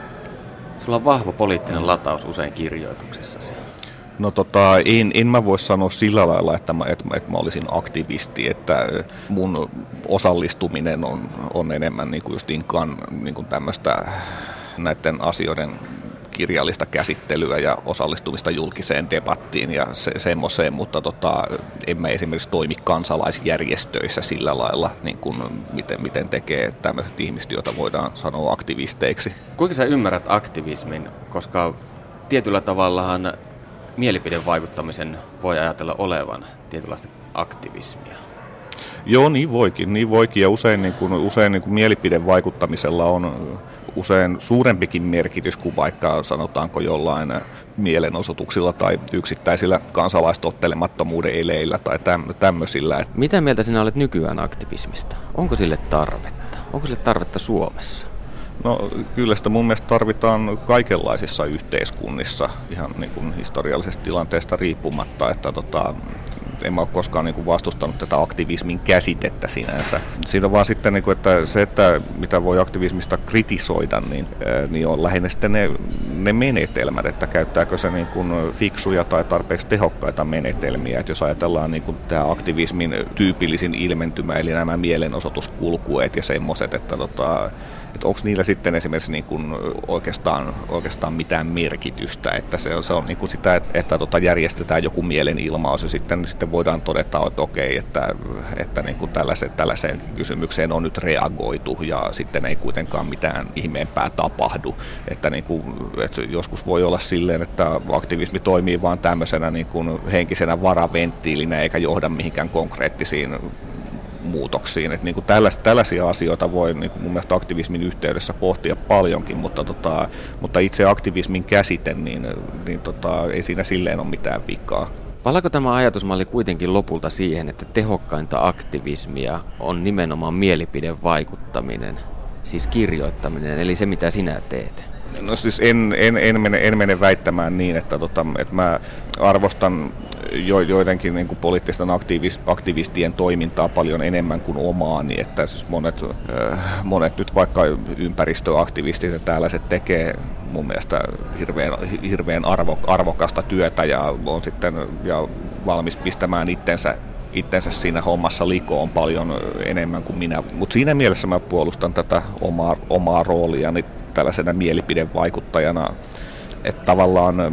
Sulla on vahva poliittinen lataus usein kirjoituksessasi. No tota, en, en mä voi sanoa sillä lailla, että mä, että, että mä olisin aktivisti, että mun osallistuminen on, on enemmän niin kuin just inkaan, niin kuin tämmöistä näiden asioiden kirjallista käsittelyä ja osallistumista julkiseen debattiin ja se, semmoiseen, mutta tota, en mä esimerkiksi toimi kansalaisjärjestöissä sillä lailla, niin kuin miten, miten tekee tämmöiset ihmiset, joita voidaan sanoa aktivisteiksi. Kuinka sä ymmärrät aktivismin, koska tietyllä tavallahan mielipidevaikuttamisen voi ajatella olevan tietynlaista aktivismia? Joo, niin voikin, niin voikin ja usein, niin kuin, usein niin kuin mielipidevaikuttamisella on usein suurempikin merkitys kuin vaikka sanotaanko jollain mielenosoituksilla tai yksittäisillä kansalaistottelemattomuuden eleillä tai tämmöisillä. Mitä mieltä sinä olet nykyään aktivismista? Onko sille tarvetta? Onko sille tarvetta Suomessa? No kyllä sitä mun mielestä tarvitaan kaikenlaisissa yhteiskunnissa ihan niin kuin historiallisesta tilanteesta riippumatta, että tota, en mä ole koskaan niin kuin vastustanut tätä aktivismin käsitettä sinänsä. Siinä on vaan sitten, niin kuin, että se, että mitä voi aktivismista kritisoida, niin, niin on lähinnä sitten ne, ne menetelmät, että käyttääkö se niin kuin fiksuja tai tarpeeksi tehokkaita menetelmiä. Että jos ajatellaan niin kuin tämä aktivismin tyypillisin ilmentymä, eli nämä mielenosoituskulkueet ja semmoiset, että tota, että onko niillä sitten esimerkiksi niin kuin oikeastaan, oikeastaan mitään merkitystä, että se on, se on niin kuin sitä, että, että tota järjestetään joku mielenilmaus ja sitten, sitten voidaan todeta, että okei, että, että niin kuin tällaiseen, tällaiseen kysymykseen on nyt reagoitu ja sitten ei kuitenkaan mitään ihmeempää tapahdu. Että, niin kuin, että joskus voi olla silleen, että aktivismi toimii vaan tämmöisenä niin kuin henkisenä varaventtiilinä eikä johda mihinkään konkreettisiin muutoksiin. Että niin kuin tällaisia, tällaisia asioita voi niin kuin mun mielestä aktivismin yhteydessä pohtia paljonkin, mutta, tota, mutta itse aktivismin käsite, niin, niin tota, ei siinä silleen ole mitään vikaa. Palaako tämä ajatusmalli kuitenkin lopulta siihen, että tehokkainta aktivismia on nimenomaan mielipidevaikuttaminen, siis kirjoittaminen, eli se mitä sinä teet? No siis en, en, en, mene, en mene väittämään niin, että, tota, että mä arvostan jo, joidenkin niin kuin poliittisten aktivis, aktivistien toimintaa paljon enemmän kuin omaani, että siis monet, äh, monet nyt vaikka ympäristöaktivistit ja tällaiset tekee mun mielestä hirveän, hirveän arvo, arvokasta työtä ja on sitten ja valmis pistämään itsensä itsensä siinä hommassa likoon paljon enemmän kuin minä, mutta siinä mielessä mä puolustan tätä omaa, omaa rooliani tällaisena mielipidevaikuttajana, että tavallaan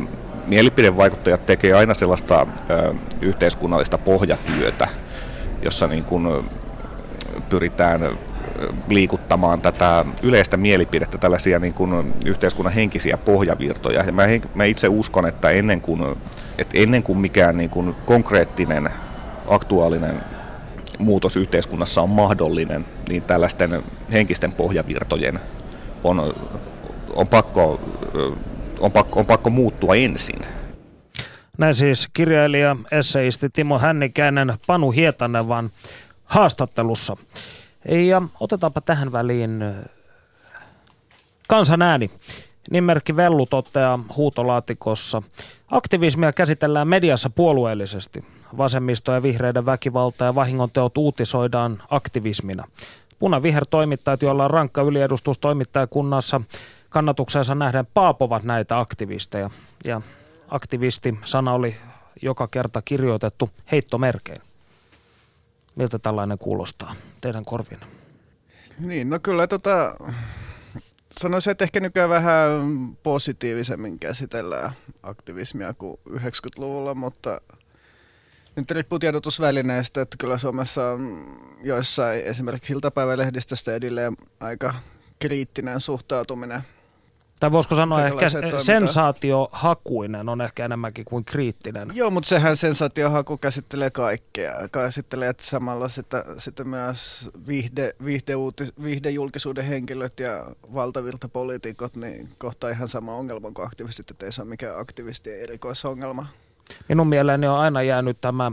mielipidevaikuttajat tekee aina sellaista ö, yhteiskunnallista pohjatyötä, jossa niin kuin pyritään liikuttamaan tätä yleistä mielipidettä, tällaisia niin kuin yhteiskunnan henkisiä pohjavirtoja. Ja mä, mä itse uskon, että ennen kuin, että ennen kuin mikään niin kuin konkreettinen, aktuaalinen muutos yhteiskunnassa on mahdollinen, niin tällaisten henkisten pohjavirtojen on, on, pakko, on, pakko, on pakko muuttua ensin. Näin siis kirjailija, esseisti Timo Hännikäinen Panu Hietanevan haastattelussa. Ja otetaanpa tähän väliin kansan ääni. Nimimerkki Vellu toteaa huutolaatikossa. Aktivismia käsitellään mediassa puolueellisesti. Vasemmisto ja vihreiden väkivalta ja vahingonteot uutisoidaan aktivismina. Puna-viher-toimittajat, joilla on rankka yliedustus toimittajakunnassa, kannatuksensa nähden paapovat näitä aktivisteja. Ja aktivisti-sana oli joka kerta kirjoitettu heittomerkein. Miltä tällainen kuulostaa teidän korviin? Niin, no kyllä tota, sanoisin, että ehkä nykyään vähän positiivisemmin käsitellään aktivismia kuin yhdeksänkymmentäluvulla, mutta nyt riippuu tiedotusvälineistä, että kyllä Suomessa on joissain esimerkiksi iltapäivälehdistöstä edelleen aika kriittinen suhtautuminen. Tai voisiko sanoa ehkä sensaatiohakuinen on ehkä enemmänkin kuin kriittinen. Joo, mutta sehän sensaatiohaku käsittelee kaikkea. Käsittelee että samalla sitä, sitä myös viihde, viihdeuutis, viihdejulkisuuden henkilöt ja valtavirta poliitikot, niin kohtaa ihan sama ongelma kuin aktivistit, että ei se ole mikään aktivistien erikoisongelma. Minun mieleeni on aina jäänyt tämä,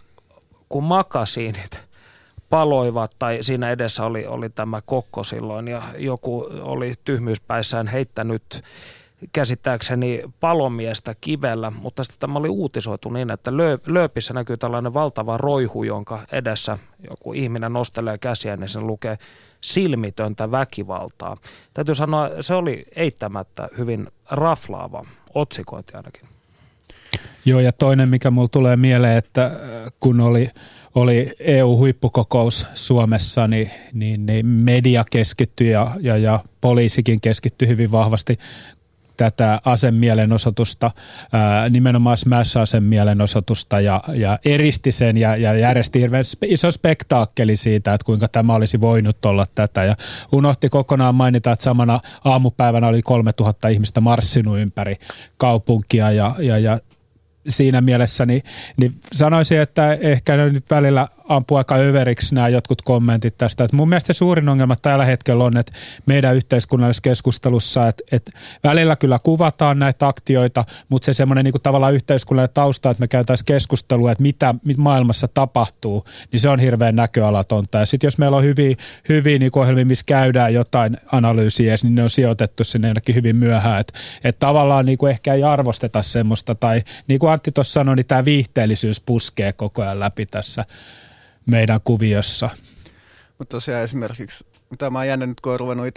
kun makasiinit paloivat, tai siinä edessä oli, oli tämä kokko silloin, ja joku oli tyhmyyspäissään heittänyt käsittääkseni palomiestä kivellä, mutta sitten tämä oli uutisoitu niin, että lööpissä näkyy tällainen valtava roihu, jonka edessä joku ihminen nostelee käsiä, niin sen lukee silmitöntä väkivaltaa. Täytyy sanoa, se oli eittämättä hyvin raflaava otsikointi ainakin. Joo, ja toinen, mikä mulle tulee mieleen, että kun oli Oli E U-huippukokous Suomessa, niin, niin, niin media keskittyi ja, ja, ja poliisikin keskittyi hyvin vahvasti tätä asemielenosoitusta, ää, nimenomaan Smash-asemielenosoitusta ja, ja eristi sen ja, ja järjesti hirveän iso spektaakkeli siitä, että kuinka tämä olisi voinut olla tätä. Ja unohti kokonaan mainita, että samana aamupäivänä oli kolmetuhatta ihmistä marssinut ympäri kaupunkia ja, ja, ja siinä mielessä niin, niin sanoisin, että ehkä nyt välillä ampuu aika överiksi nämä jotkut kommentit tästä. Että mun mielestä suurin ongelma tällä hetkellä on, että meidän yhteiskunnallisessa keskustelussa, että, että välillä kyllä kuvataan näitä aktioita, mutta se semmoinen niin kuin tavallaan yhteiskunnallinen tausta, että me käytäisiin keskustelua, että mitä, mitä maailmassa tapahtuu, niin se on hirveän näköalatonta. Ja sitten jos meillä on hyviä, hyviä niin ohjelmia, missä käydään jotain analyysiä, niin ne on sijoitettu sinne jonnekin hyvin myöhään. Että, että tavallaan niin kuin ehkä ei arvosteta semmoista, tai niin kuin Antti tuossa sanoi, niin tämä viihteellisyys puskee koko ajan läpi tässä meidän kuviossa. Mutta tosiaan esimerkiksi, mitä mä oon jännä nyt, kun oon ruvennut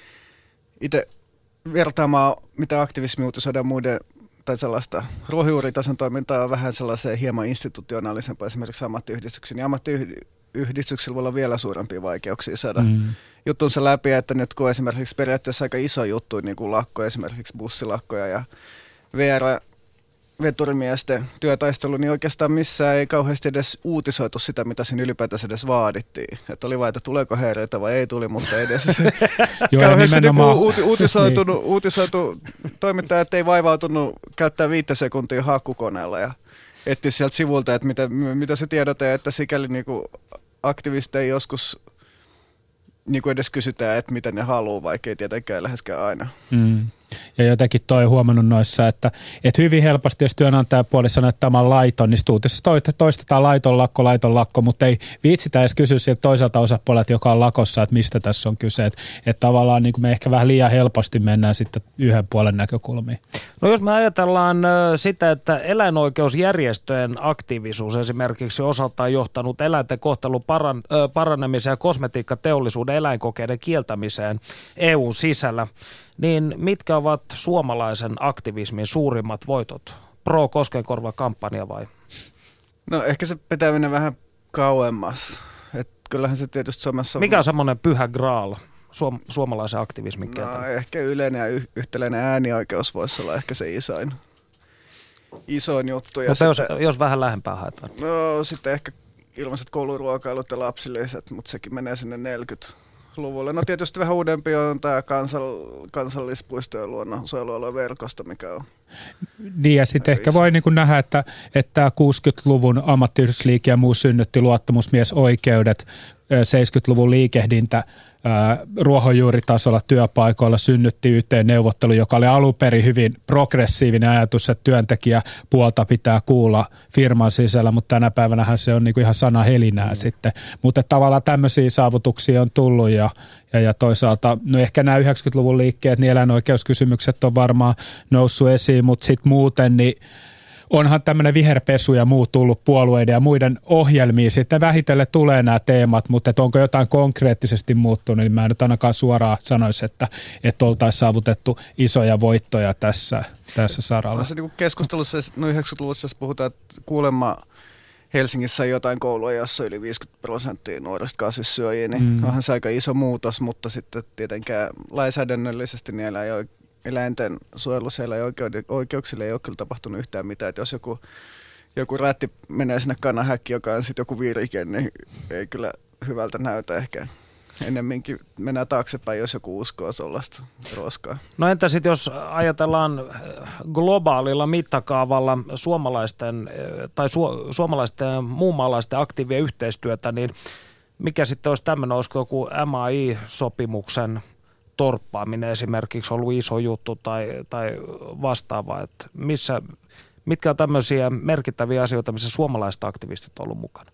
itse vertaamaan, mitä aktivismi uutisoidaan muiden, tai sellaista ruohonjuuritason toimintaa on vähän sellaiseen hieman institutionaalisempaa, esimerkiksi ammattiyhdistyksen. Ja ammattiyhdistyksillä voi olla vielä suurempia vaikeuksia saada mm. juttunsa läpi, että nyt kun esimerkiksi periaatteessa aika iso juttu, niin kuin lakko, esimerkiksi bussilakkoja ja V R veturimiesten työtaistelu, niin oikeastaan missään ei kauheasti edes uutisoitu sitä, mitä siinä ylipäätänsä edes vaadittiin. Että oli vain, että tuleeko häiriöitä vai ei tuli, mutta edes kauheasti niin uuti, uutisoitu, niin. uutisoitu toimittajat ei vaivautunut käyttää viittä sekuntia hakukoneella ja etsiä sieltä sivulta, että mitä, mitä se tiedote, että sikäli niin kuin aktivisteja joskus niin kuin edes kysytään, että mitä ne haluaa, vaikka ei tietenkään läheskään aina. Mm. Ja jotenkin toi huomannut noissa, että, että hyvin helposti, jos työnantajapuoli sanoo, että tämä on laiton, niin uutisessa toistetaan laiton lakko, laiton lakko, mutta ei viitsitä edes kysyä sieltä toiselta osapuolelta, joka on lakossa, että mistä tässä on kyse. Että, että tavallaan niin kuin me ehkä vähän liian helposti mennään sitten yhden puolen näkökulmiin. No jos me ajatellaan sitä, että eläinoikeusjärjestöjen aktiivisuus esimerkiksi osaltaan johtanut eläinten kohtelun paran, paranemiseen ja kosmetiikkateollisuuden eläinkokeiden kieltämiseen E U:n sisällä, niin mitkä ovat suomalaisen aktivismin suurimmat voitot? Pro-Koskenkorva-kampanja vai? No ehkä se pitää mennä vähän kauemmas. Et kyllähän se tietysti Suomessa... Mikä on semmoinen pyhä graal suom- suomalaisen aktivismin no, kentällä? Ehkä yleinen ja y- yhtäläinen äänioikeus voisi olla ehkä se isoin. isoin juttu. Ja mutta sitten, jos, jos vähän lähempää haetaan. No sitten ehkä ilmaiset kouluruokailut ja lapsilliset, mutta sekin menee sinne neljäkymmentäluvulle. No tietysti vähän uudempi on tämä kansall- kansallispuisto- ja luonnonsuojelualueen verkosto, mikä on. Niin ja sitten ehkä voi niin kuin nähdä, että, että kuusikymmentäluvun ammattiyhdistysliike ja muu synnytti luottamusmiesoikeudet, seitsemänkymmentäluvun liikehdintä ruohonjuuritasolla työpaikoilla synnytti yhteen neuvottelu, joka oli alun perin hyvin progressiivinen ajatus, että työntekijäpuolta pitää kuulla firman sisällä, mutta tänä päivänähän se on niin kuin ihan sanahelinää mm. sitten. Mutta tavallaan tämmöisiä saavutuksia on tullut ja, ja, ja toisaalta no ehkä nämä yhdeksänkymmentäluvun liikkeet, niin eläinoikeuskysymykset on varmaan noussut esiin, mutta sitten muuten niin onhan tämmöinen viherpesu ja muu tullut puolueiden ja muiden ohjelmiin. Sitten vähitellen tulee nämä teemat, mutta että onko jotain konkreettisesti muuttunut, niin mä en nyt ainakaan suoraan sanoisi, että, että oltaisiin saavutettu isoja voittoja tässä, tässä saralla. Se niin keskustelussa no yhdeksänkymmentäluvussa, jos puhutaan, että kuulemma Helsingissä on jotain koulua, jossa yli viisikymmentä prosenttia nuorista kasvissyöjiä, niin mm. onhan se aika iso muutos, mutta sitten tietenkään lainsäädännöllisesti niillä ei ole eläinten suojelussa ja oikeuksille ei ole kyllä tapahtunut yhtään mitään. Että jos joku, joku rätti menee sinne kanahäkkiin, joka on sitten joku virike, niin ei kyllä hyvältä näytä ehkä. Ennemminkin mennään taaksepäin, jos joku uskoo sellaista roskaa. No entä sitten jos ajatellaan globaalilla mittakaavalla suomalaisten tai su- suomalaisten ja muunmaalaisten aktiivien yhteistyötä, niin mikä sitten olisi tämmöinen, olisiko joku M A I-sopimuksen torppaaminen esimerkiksi ollut iso juttu tai, tai vastaava, että missä, mitkä on tämmöisiä merkittäviä asioita, missä suomalaiset aktivistit on ollut mukana?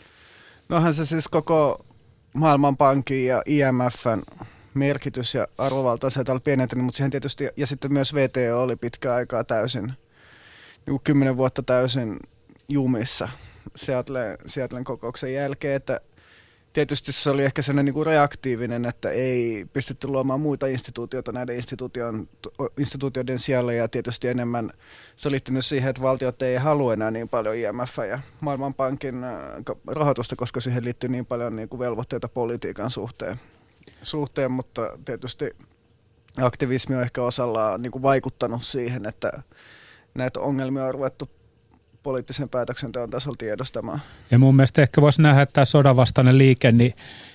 Nohan se siis koko Maailmanpankin ja I M F:n merkitys ja arvovalta se oli pienentynyt, mutta siihen tietysti, ja sitten myös V T O oli pitkä aikaa täysin, niin kymmenen vuotta täysin jumissa Seattlen, Seattlen kokouksen jälkeen, että tietysti se oli ehkä sellainen niin kuin reaktiivinen, että ei pystytty luomaan muita instituutioita näiden instituutioiden siellä ja tietysti enemmän se on liittynyt siihen, että valtiot ei halua enää niin paljon I M F ja Maailmanpankin rahoitusta, koska siihen liittyy niin paljon niin kuin velvoitteita politiikan suhteen, suhteen, mutta tietysti aktivismi on ehkä osallaan niin kuin vaikuttanut siihen, että näitä ongelmia on ruvettu poliittisen päätöksenteon tasolla tiedostamaan. Ja mun mielestä ehkä voisi nähdä, että tämä sodanvastainen liike niin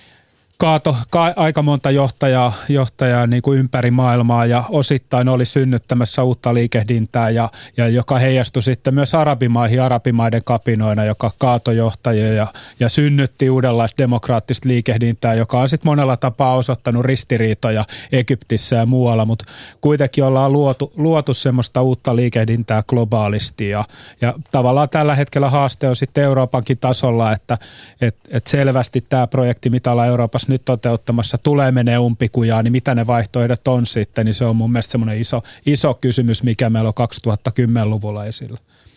kaato ka- aika monta johtajaa, johtajaa niin kuin ympäri maailmaa ja osittain oli synnyttämässä uutta liikehdintää, ja, ja joka heijastui sitten myös arabimaihin, arabimaiden kapinoina, joka kaatoi johtajia ja, ja synnytti uudenlaista demokraattista liikehdintää, joka on sitten monella tapaa osoittanut ristiriitoja Egyptissä ja muualla, mutta kuitenkin ollaan luotu, luotu semmoista uutta liikehdintää globaalisti ja, ja tavallaan tällä hetkellä haaste on sitten Euroopankin tasolla, että et, et selvästi tämä projekti, mitä ollaan Euroopassa nyt toteuttamassa, tulee menee umpikujaan, niin mitä ne vaihtoehdot on sitten, niin se on mun mielestä semmoinen iso, iso kysymys, mikä meillä on kaksituhattakymmenluvulla esillä.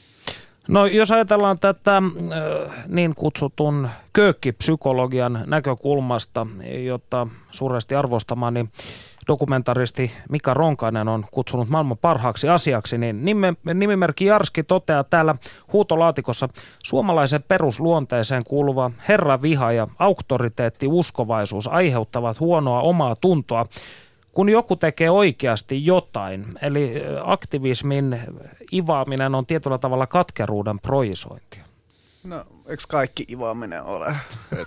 No jos ajatellaan tätä niin kutsutun köökkipsykologian näkökulmasta, jota suuresti arvostamani dokumentaristi Mika Ronkainen on kutsunut maailman parhaaksi asiaksi, niin nimimerkki Jarski toteaa täällä huutolaatikossa: suomalaisen perusluonteeseen kuuluva herraviha ja auktoriteettiuskovaisuus aiheuttavat huonoa omaa tuntoa, kun joku tekee oikeasti jotain. Eli aktivismin ivaaminen on tietyllä tavalla katkeruuden projisointia. No, eikö kaikki ivaaminen ole?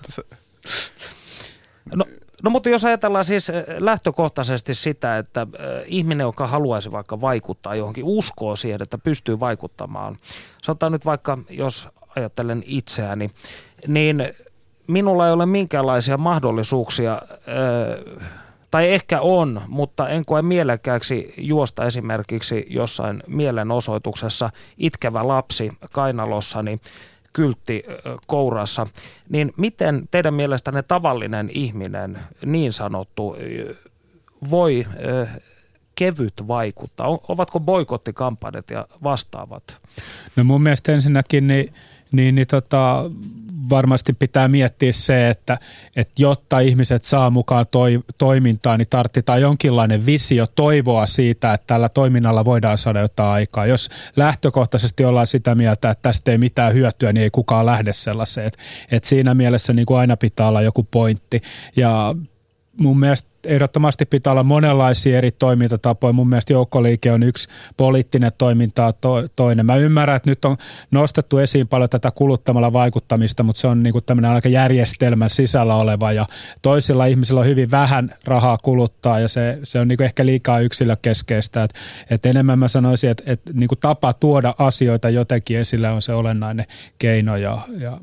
No, no mutta jos ajatellaan siis lähtökohtaisesti sitä, että ihminen, joka haluaisi vaikka vaikuttaa johonkin, uskoo siihen, että pystyy vaikuttamaan. Sanotaan nyt vaikka, jos ajattelen itseäni, niin minulla ei ole minkäänlaisia mahdollisuuksia, tai ehkä on, mutta en koe mielekkääksi juosta esimerkiksi jossain mielenosoituksessa itkevä lapsi kainalossani, kyltti kourassa, niin miten teidän mielestänne tavallinen ihminen, niin sanottu, voi kevyt vaikuttaa? Ovatko boikottikampanjat ja vastaavat? No mun mielestä ensinnäkin niin, niin, niin tota, varmasti pitää miettiä se, että, että jotta ihmiset saa mukaan toi, toimintaan, niin tarvitaan jonkinlainen visio, toivoa siitä, että tällä toiminnalla voidaan saada jotain aikaa. Jos lähtökohtaisesti ollaan sitä mieltä, että tästä ei mitään hyötyä, niin ei kukaan lähde sellaiseen. Että, että siinä mielessä niin kuin aina pitää olla joku pointti. Ja mun mielestä ehdottomasti pitää olla monenlaisia eri toimintatapoja. Mun mielestä joukkoliike on yksi, poliittinen toiminta to, toinen. Mä ymmärrän, että nyt on nostettu esiin paljon tätä kuluttamalla vaikuttamista, mutta se on niin kuin tämmöinen aika järjestelmän sisällä oleva ja toisilla ihmisillä on hyvin vähän rahaa kuluttaa ja se, se on niin kuin ehkä liikaa yksilökeskeistä. Et, et enemmän mä sanoisin, että et niin kuin tapa tuoda asioita jotenkin esille on se olennainen keino ja, ja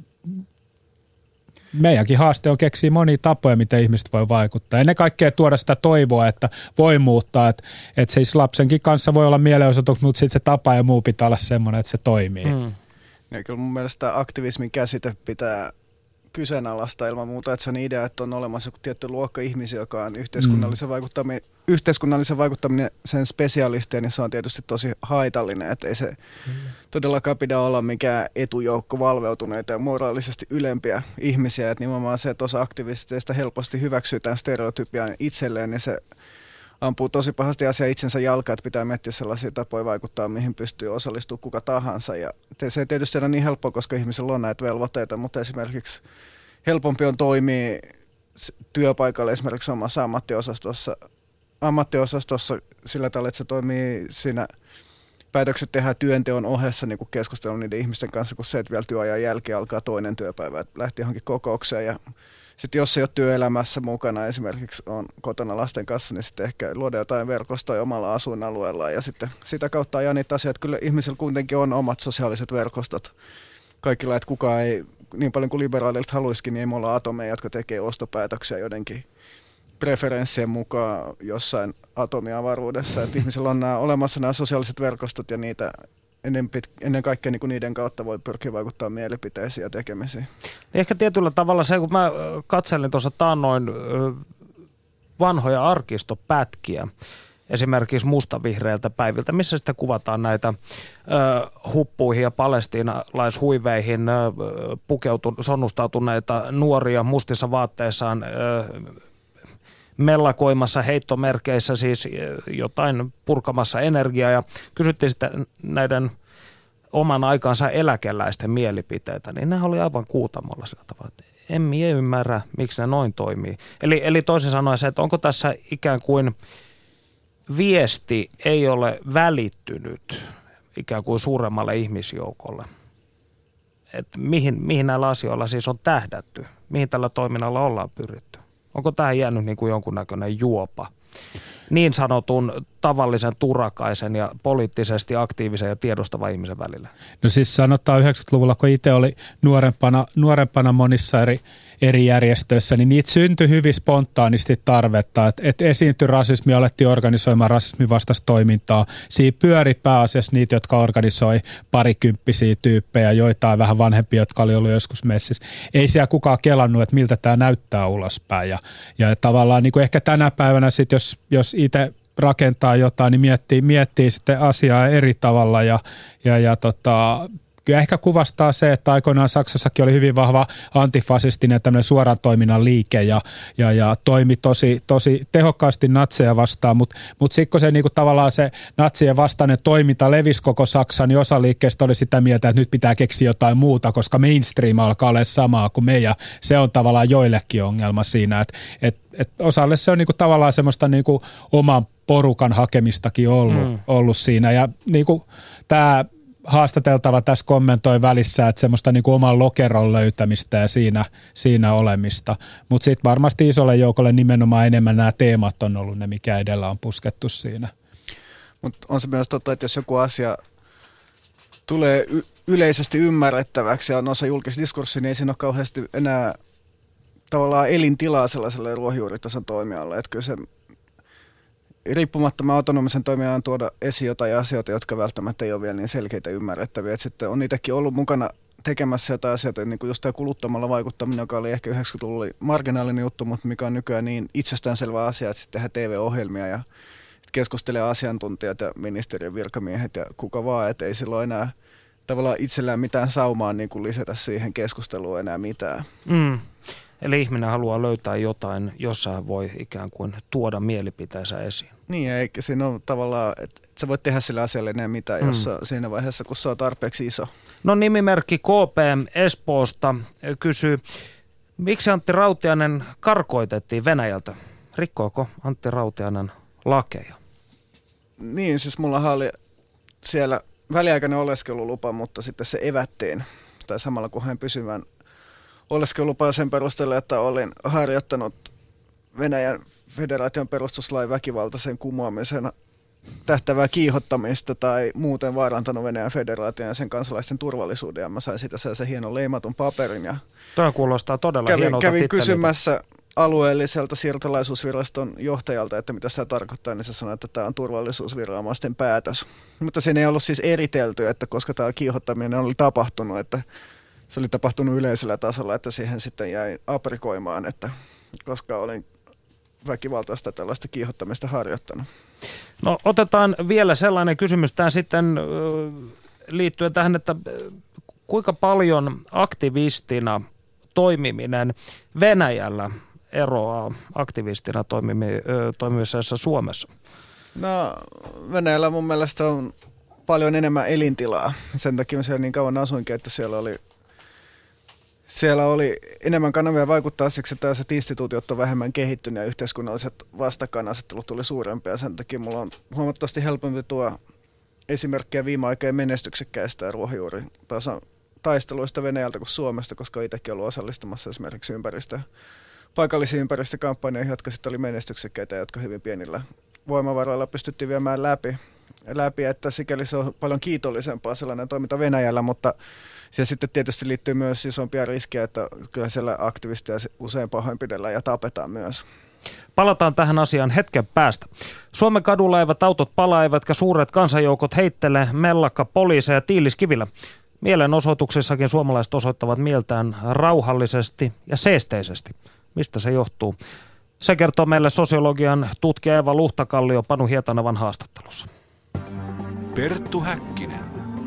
meidänkin haaste on keksiä monia tapoja, miten ihmiset voi vaikuttaa. Ennen kaikkea tuoda sitä toivoa, että voi muuttaa. Että, että siis lapsenkin kanssa voi olla mielenosoitus, mutta sitten se tapa ja muu pitää olla semmoinen, että se toimii. Mm. Ja kyllä mun mielestä aktivismin käsite pitää kyseenalaista ilman muuta, että se on idea, että on olemassa joku tietty luokka ihmisiä, joka on yhteiskunnallisen, mm. vaikuttaminen, yhteiskunnallisen vaikuttaminen sen spesialisteja, niin se on tietysti tosi haitallinen, että ei se mm. todellakaan pidä olla mikään etujoukko valveutuneita ja moraalisesti ylempiä ihmisiä, että nimenomaan se, että osa aktivisteista helposti hyväksyy tämän stereotypian itselleen, niin se ampuu tosi pahasti asia itsensä jalkaan, että pitää miettiä sellaisia tapoja vaikuttaa, mihin pystyy osallistumaan kuka tahansa. Ja se ei tietysti ole niin helppoa, koska ihmisellä on näitä velvoitteita, mutta esimerkiksi helpompi on toimia työpaikalle esimerkiksi omassa ammattiosastossa, ammattiosastossa sillä tavalla, että se toimii siinä päätökset tehdään työnteon ohessa niin keskustelun niiden ihmisten kanssa, kun se, että vielä työajan jälkeen alkaa toinen työpäivä, että lähti johonkin kokoukseen ja sitten jos ei ole työelämässä mukana, esimerkiksi on kotona lasten kanssa, niin sitten ehkä luoda jotain verkostoja omalla asuinalueellaan ja sitten sitä kautta ajaa niitä asioita. Kyllä ihmisillä kuitenkin on omat sosiaaliset verkostot. Kaikilla, että kukaan ei, niin paljon kuin liberaalilta haluisikin, niin ei me olla atomeja, jotka tekee ostopäätöksiä jotenkin preferenssien mukaan jossain atomiavaruudessa. Että ihmisillä on nämä, olemassa nämä sosiaaliset verkostot ja niitä Ennen, pit, ennen kaikkea niin kuin niiden kautta voi pyrkiä vaikuttaa mielipiteisiin ja tekemisiin. Ehkä tietyllä tavalla se, kun mä katselin tuossa taannoin vanhoja arkistopätkiä, esimerkiksi mustavihreiltä päiviltä, missä sitten kuvataan näitä ö, huppuihin ja palestiinalaishuiveihin ö, pukeutu, sonnustautuneita nuoria mustissa vaatteissaan ö, mellakoimassa heittomerkeissä siis jotain purkamassa energiaa ja kysyttiin sitten näiden oman aikansa eläkeläisten mielipiteitä, niin ne oli aivan kuutamolla sillä tavalla, että en mie ymmärrä, miksi ne noin toimii. Eli, eli toisin sanoen se, että onko tässä ikään kuin viesti ei ole välittynyt ikään kuin suuremmalle ihmisjoukolle. Että mihin, mihin näillä asioilla siis on tähdätty, mihin tällä toiminnalla ollaan pyritty. Onko tähän jäänyt niin kuin jonkunnäköinen juopa niin sanotun tavallisen turakaisen ja poliittisesti aktiivisen ja tiedostavan ihmisen välillä? No siis sanotaan yhdeksänkymmentäluvulla, kun itse oli nuorempana, nuorempana monissa eri, eri järjestöissä, niin niitä syntyi hyvin spontaanisti tarvetta, että et esiintyi rasismia, alettiin organisoimaan rasismin vastaista toimintaa. Siinä pyöri pääasiassa niitä, jotka organisoi parikymppisiä tyyppejä, joitain vähän vanhempia, jotka oli ollut joskus messissä. Ei siellä kukaan kelannut, että miltä tämä näyttää ulospäin. Ja, ja tavallaan niin kuin ehkä tänä päivänä sitten, jos, jos itse rakentaa jotain, niin miettii, miettii sitten asiaa eri tavalla ja, ja, ja tota, kyllä ehkä kuvastaa se, että aikoinaan Saksassakin oli hyvin vahva antifasistinen tämmöinen suoran toiminnan liike ja, ja, ja toimi tosi, tosi tehokkaasti natseja vastaan, mutta mut sitten kun se niinku tavallaan se natsien vastainen toiminta levisi koko Saksan, niin osa liikkeestä oli sitä mieltä, että nyt pitää keksiä jotain muuta, koska mainstream alkaa olla samaa kuin me ja se on tavallaan joillekin ongelma siinä, että et, et osalle se on niinku tavallaan semmoista niinku oman porukan hakemistakin ollut, mm. ollut siinä ja niinku tämä haastateltava tässä kommentoi välissä, että semmoista niin kuin oman lokeron löytämistä ja siinä, siinä olemista. Mutta sitten varmasti isolle joukolle nimenomaan enemmän nämä teemat on ollut ne, mikä edellä on puskettu siinä. Mutta on se myös totta, että jos joku asia tulee y- yleisesti ymmärrettäväksi ja on osa julkista diskurssia, niin ei siinä ole kauheasti enää tavallaan elintilaa sellaiselle ruohonjuuritason toimijalle. Että kyllä se riippumattoman autonomisen toimijan tuoda esiin jotain asioita, jotka välttämättä ei ole vielä niin selkeitä ymmärrettäviä. Et sitten on niitäkin ollut mukana tekemässä jotain asioita, niin kuin just tämä kuluttamalla vaikuttaminen, joka oli ehkä yhdeksänkymmentäluvulla marginaalinen juttu, mutta mikä on nykyään niin itsestäänselvä asia, että sitten tehdään T V-ohjelmia ja keskustelee asiantuntijat ja ministeriön virkamiehet ja kuka vaan, että ei silloin enää tavallaan itsellään mitään saumaa niin kuin lisätä siihen keskusteluun enää mitään. Mm. Eli ihminen haluaa löytää jotain, jossa hän voi ikään kuin tuoda mielipiteensä esiin. Niin, eikä siinä ole tavallaan, että sä voit tehdä sille asialle enää mitään, mm. jos siinä vaiheessa, kun se on tarpeeksi iso. No nimimerkki K P Espoosta kysyy, miksi Antti Rautiainen karkoitettiin Venäjältä? Rikkoako Antti Rautiainen lakeja? Niin, siis mullahan oli siellä väliaikainen oleskelulupa, mutta sitten se evättiin. Tai samalla kun hän pysyvän oleskelulupaa sen perusteella, että olin harjoittanut Venäjän federaation perustuslain väkivaltaisen kumoamisen tähtävää kiihottamista tai muuten vaarantanut Venäjän federaation ja sen kansalaisten turvallisuuden. Ja mä sain siitä sellaisen hienon leimatun paperin. Ja Tämä kuulostaa todella kävin, hienolta kävin titteliltä. kysymässä alueelliselta siirtolaisuusviraston johtajalta, että mitä sitä tarkoittaa, niin se sanoi, että tämä on turvallisuusviranomaisten päätös. Mutta siinä ei ollut siis eritelty, että koska tämä kiihottaminen oli tapahtunut, että se oli tapahtunut yleisellä tasolla, että siihen sitten jäi aprikoimaan, että koska olin väkivaltaista tällaista kiihottamista harjoittanut. No otetaan vielä sellainen kysymys tähän sitten liittyen tähän, että kuinka paljon aktivistina toimiminen Venäjällä eroaa aktivistina toimimisessa Suomessa? No Venäjällä mun mielestä on paljon enemmän elintilaa. Sen takia mä siellä niin kauan asuinkin, että siellä oli, siellä oli enemmän kanavia vaikuttaa siksi, että tällaiset instituutiot on vähemmän kehittyneet ja yhteiskunnalliset vastakkainasettelut tuli suurempia. Sen takia mulla on huomattavasti helpompi tuo esimerkkejä viime aikojen menestyksekkäistä ruohonjuuritason taisteluista Venäjältä kuin Suomesta, koska itsekin ollut osallistumassa esimerkiksi ympäristö, paikallisiin ympäristökampanjoihin, jotka sitten oli menestyksekkäitä ja jotka hyvin pienillä voimavaroilla pystyttiin viemään läpi, läpi, että sikäli se on paljon kiitollisempaa sellainen toiminta Venäjällä, mutta siihen sitten tietysti liittyy myös isompia riskejä, että kyllä siellä aktivisteja usein pahoinpidellään ja tapetaan myös. Palataan tähän asiaan hetken päästä. Suomen kadulla eivät autot palaa, eivätkä suuret kansanjoukot heittele mellakka poliiseja tiiliskivillä. Mielenosoituksissakin suomalaiset osoittavat mieltään rauhallisesti ja seesteisesti. Mistä se johtuu? Se kertoo meille sosiologian tutkija Eva Luhtakallio Panu Hietanevan haastattelussa. Perttu Häkkinen.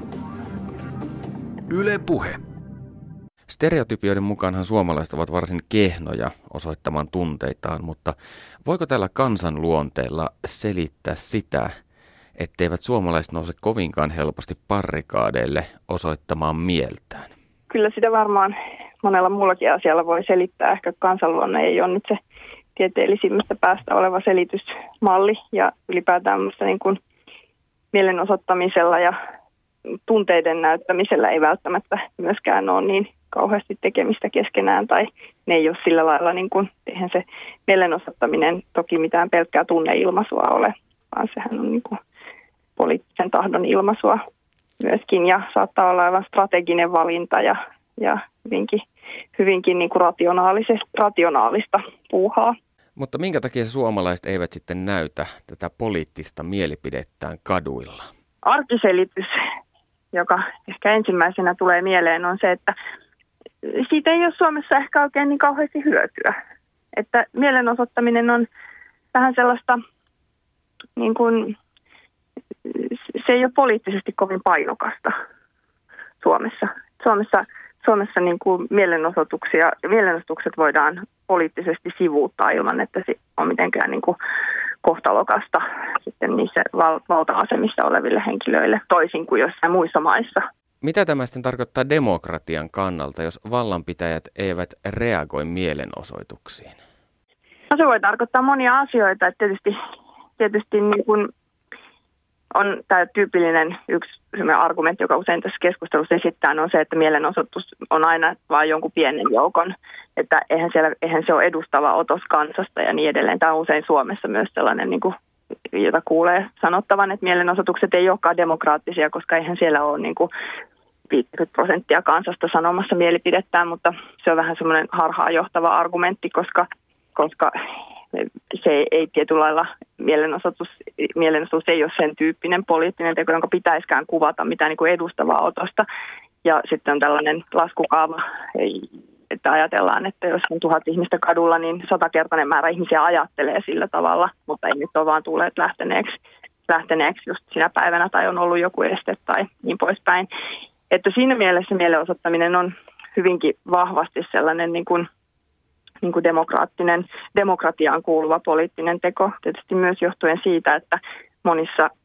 Yle Puhe. Stereotypioiden mukaanhan suomalaiset ovat varsin kehnoja osoittamaan tunteitaan, mutta voiko tällä kansanluonteella selittää sitä, etteivät suomalaiset nouse kovinkaan helposti barrikaadeille osoittamaan mieltään? Kyllä sitä varmaan monella muullakin asialla voi selittää. Ehkä kansanluonne ei ole nyt se tieteellisimmästä päästä oleva selitysmalli ja ylipäätään niin kuin mielenosoittamisella ja tunteiden näyttämisellä ei välttämättä myöskään ole niin kauheasti tekemistä keskenään tai ne ei ole sillä lailla, niin kuin, eihän se mielenosoittaminen toki mitään pelkkää tunneilmaisua ole, vaan sehän on niin kuin poliittisen tahdon ilmaisua myöskin ja saattaa olla aivan strateginen valinta ja, ja hyvinkin, hyvinkin niin kuin rationaalista puuhaa. Mutta minkä takia suomalaiset eivät sitten näytä tätä poliittista mielipidettään kaduilla? Arkiselitys, joka ehkä ensimmäisenä tulee mieleen, on se, että siitä ei ole Suomessa ehkä oikein niin kauheasti hyötyä. Että mielenosoittaminen on vähän sellaista, niin kuin, se ei ole poliittisesti kovin painokasta Suomessa. Suomessa, Suomessa niin kuin mielenosoituksia, mielenosoitukset voidaan poliittisesti sivuuttaa ilman, että se on mitenkään niin kuin kohtalokasta sitten niissä val- valta-asemissa oleville henkilöille, toisin kuin jossain muissa maissa. Mitä tämä sitten tarkoittaa demokratian kannalta, jos vallanpitäjät eivät reagoi mielenosoituksiin? No se voi tarkoittaa monia asioita. Että tietysti tietysti niin kuin on tämä tyypillinen yksi argumentti, joka usein tässä keskustelussa esittää, on se, että mielenosoitus on aina vain jonkun pienen joukon, että eihän, siellä, eihän se ole edustava otos kansasta ja niin edelleen. Tämä on usein Suomessa myös sellainen, niin kuin, jota kuulee sanottavan, että mielenosoitukset ei olekaan demokraattisia, koska eihän siellä ole niin kuin viisikymmentä prosenttia kansasta sanomassa mielipidettään, mutta se on vähän semmoinen harhaanjohtava argumentti, koska, koska se ei tietyllä lailla mielenosoitus, mielenosoitus ei ole sen tyyppinen poliittinen teko, jonka pitäisikään kuvata mitään niin kuin edustavaa otosta. Ja sitten on tällainen laskukaava, että ajatellaan, että jos on tuhat ihmistä kadulla, niin satakertainen määrä ihmisiä ajattelee sillä tavalla, mutta ei nyt ole vaan tulleet lähteneeksi, lähteneeksi just sinä päivänä tai on ollut joku este tai niin poispäin. Että siinä mielessä mielenosoittaminen on hyvinkin vahvasti sellainen niin kuin niin kuin demokraattinen, demokratiaan kuuluva poliittinen teko. Tietysti myös johtuen siitä, että monissa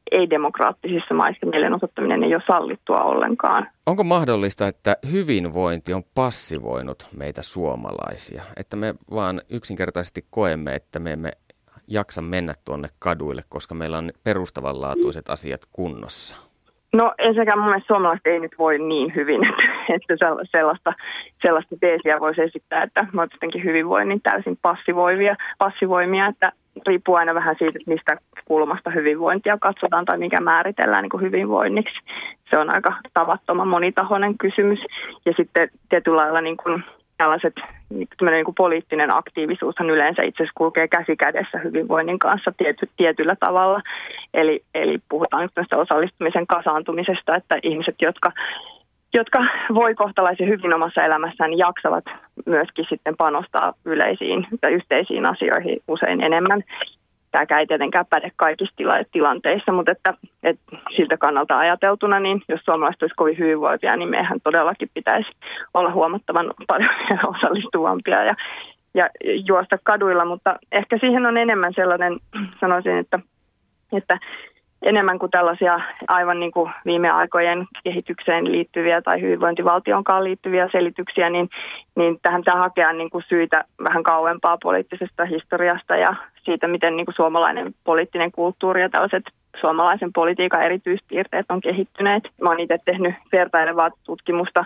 ei-demokraattisissa maissa mielenosoittaminen ei ole sallittua ollenkaan. Onko mahdollista, että hyvinvointi on passivoinut meitä suomalaisia? Että me vaan yksinkertaisesti koemme, että me emme jaksa mennä tuonne kaduille, koska meillä on perustavanlaatuiset asiat kunnossa? No ensinnäkään mun mielestä suomalaiset ei nyt voi niin hyvin, että sellaista, sellaista teesiä voisi esittää, että me olemme jotenkin hyvinvoinnin täysin passivoivia, passivoimia, että riippuu aina vähän siitä, että mistä kulmasta hyvinvointia katsotaan tai mikä määritellään niin kuin hyvinvoinniksi. Se on aika tavattoman monitahoinen kysymys. Ja sitten tietyllä lailla niin kuin tällaiset niin kuin poliittinen aktiivisuushan yleensä itse asiassa kulkee käsi kädessä hyvinvoinnin kanssa tiety, tietyllä tavalla. Eli, eli puhutaan tästä osallistumisen kasaantumisesta, että ihmiset, jotka, jotka voi kohtalaisen hyvin omassa elämässään, niin jaksavat myöskin sitten panostaa yleisiin tai yhteisiin asioihin usein enemmän. Tämäkään ei tietenkään päde kaikissa tila- tilanteissa, mutta että, että siltä kannalta ajateltuna, niin jos suomalaiset olisi kovin hyvinvoivia, niin meidän todellakin pitäisi olla huomattavan paljon osallistuvampia ja, ja juosta kaduilla. Mutta ehkä siihen on enemmän sellainen, sanoisin, että, että enemmän kuin tällaisia aivan niin kuin viime aikojen kehitykseen liittyviä tai hyvinvointivaltionkaan liittyviä selityksiä, niin, niin tähän pitää hakea niin kuin syitä vähän kauempaa poliittisesta historiasta ja siitä, miten niin kuin suomalainen poliittinen kulttuuri ja tällaiset suomalaisen politiikan erityispiirteet on kehittyneet. Mä oon itse tehnyt vertailevaa tutkimusta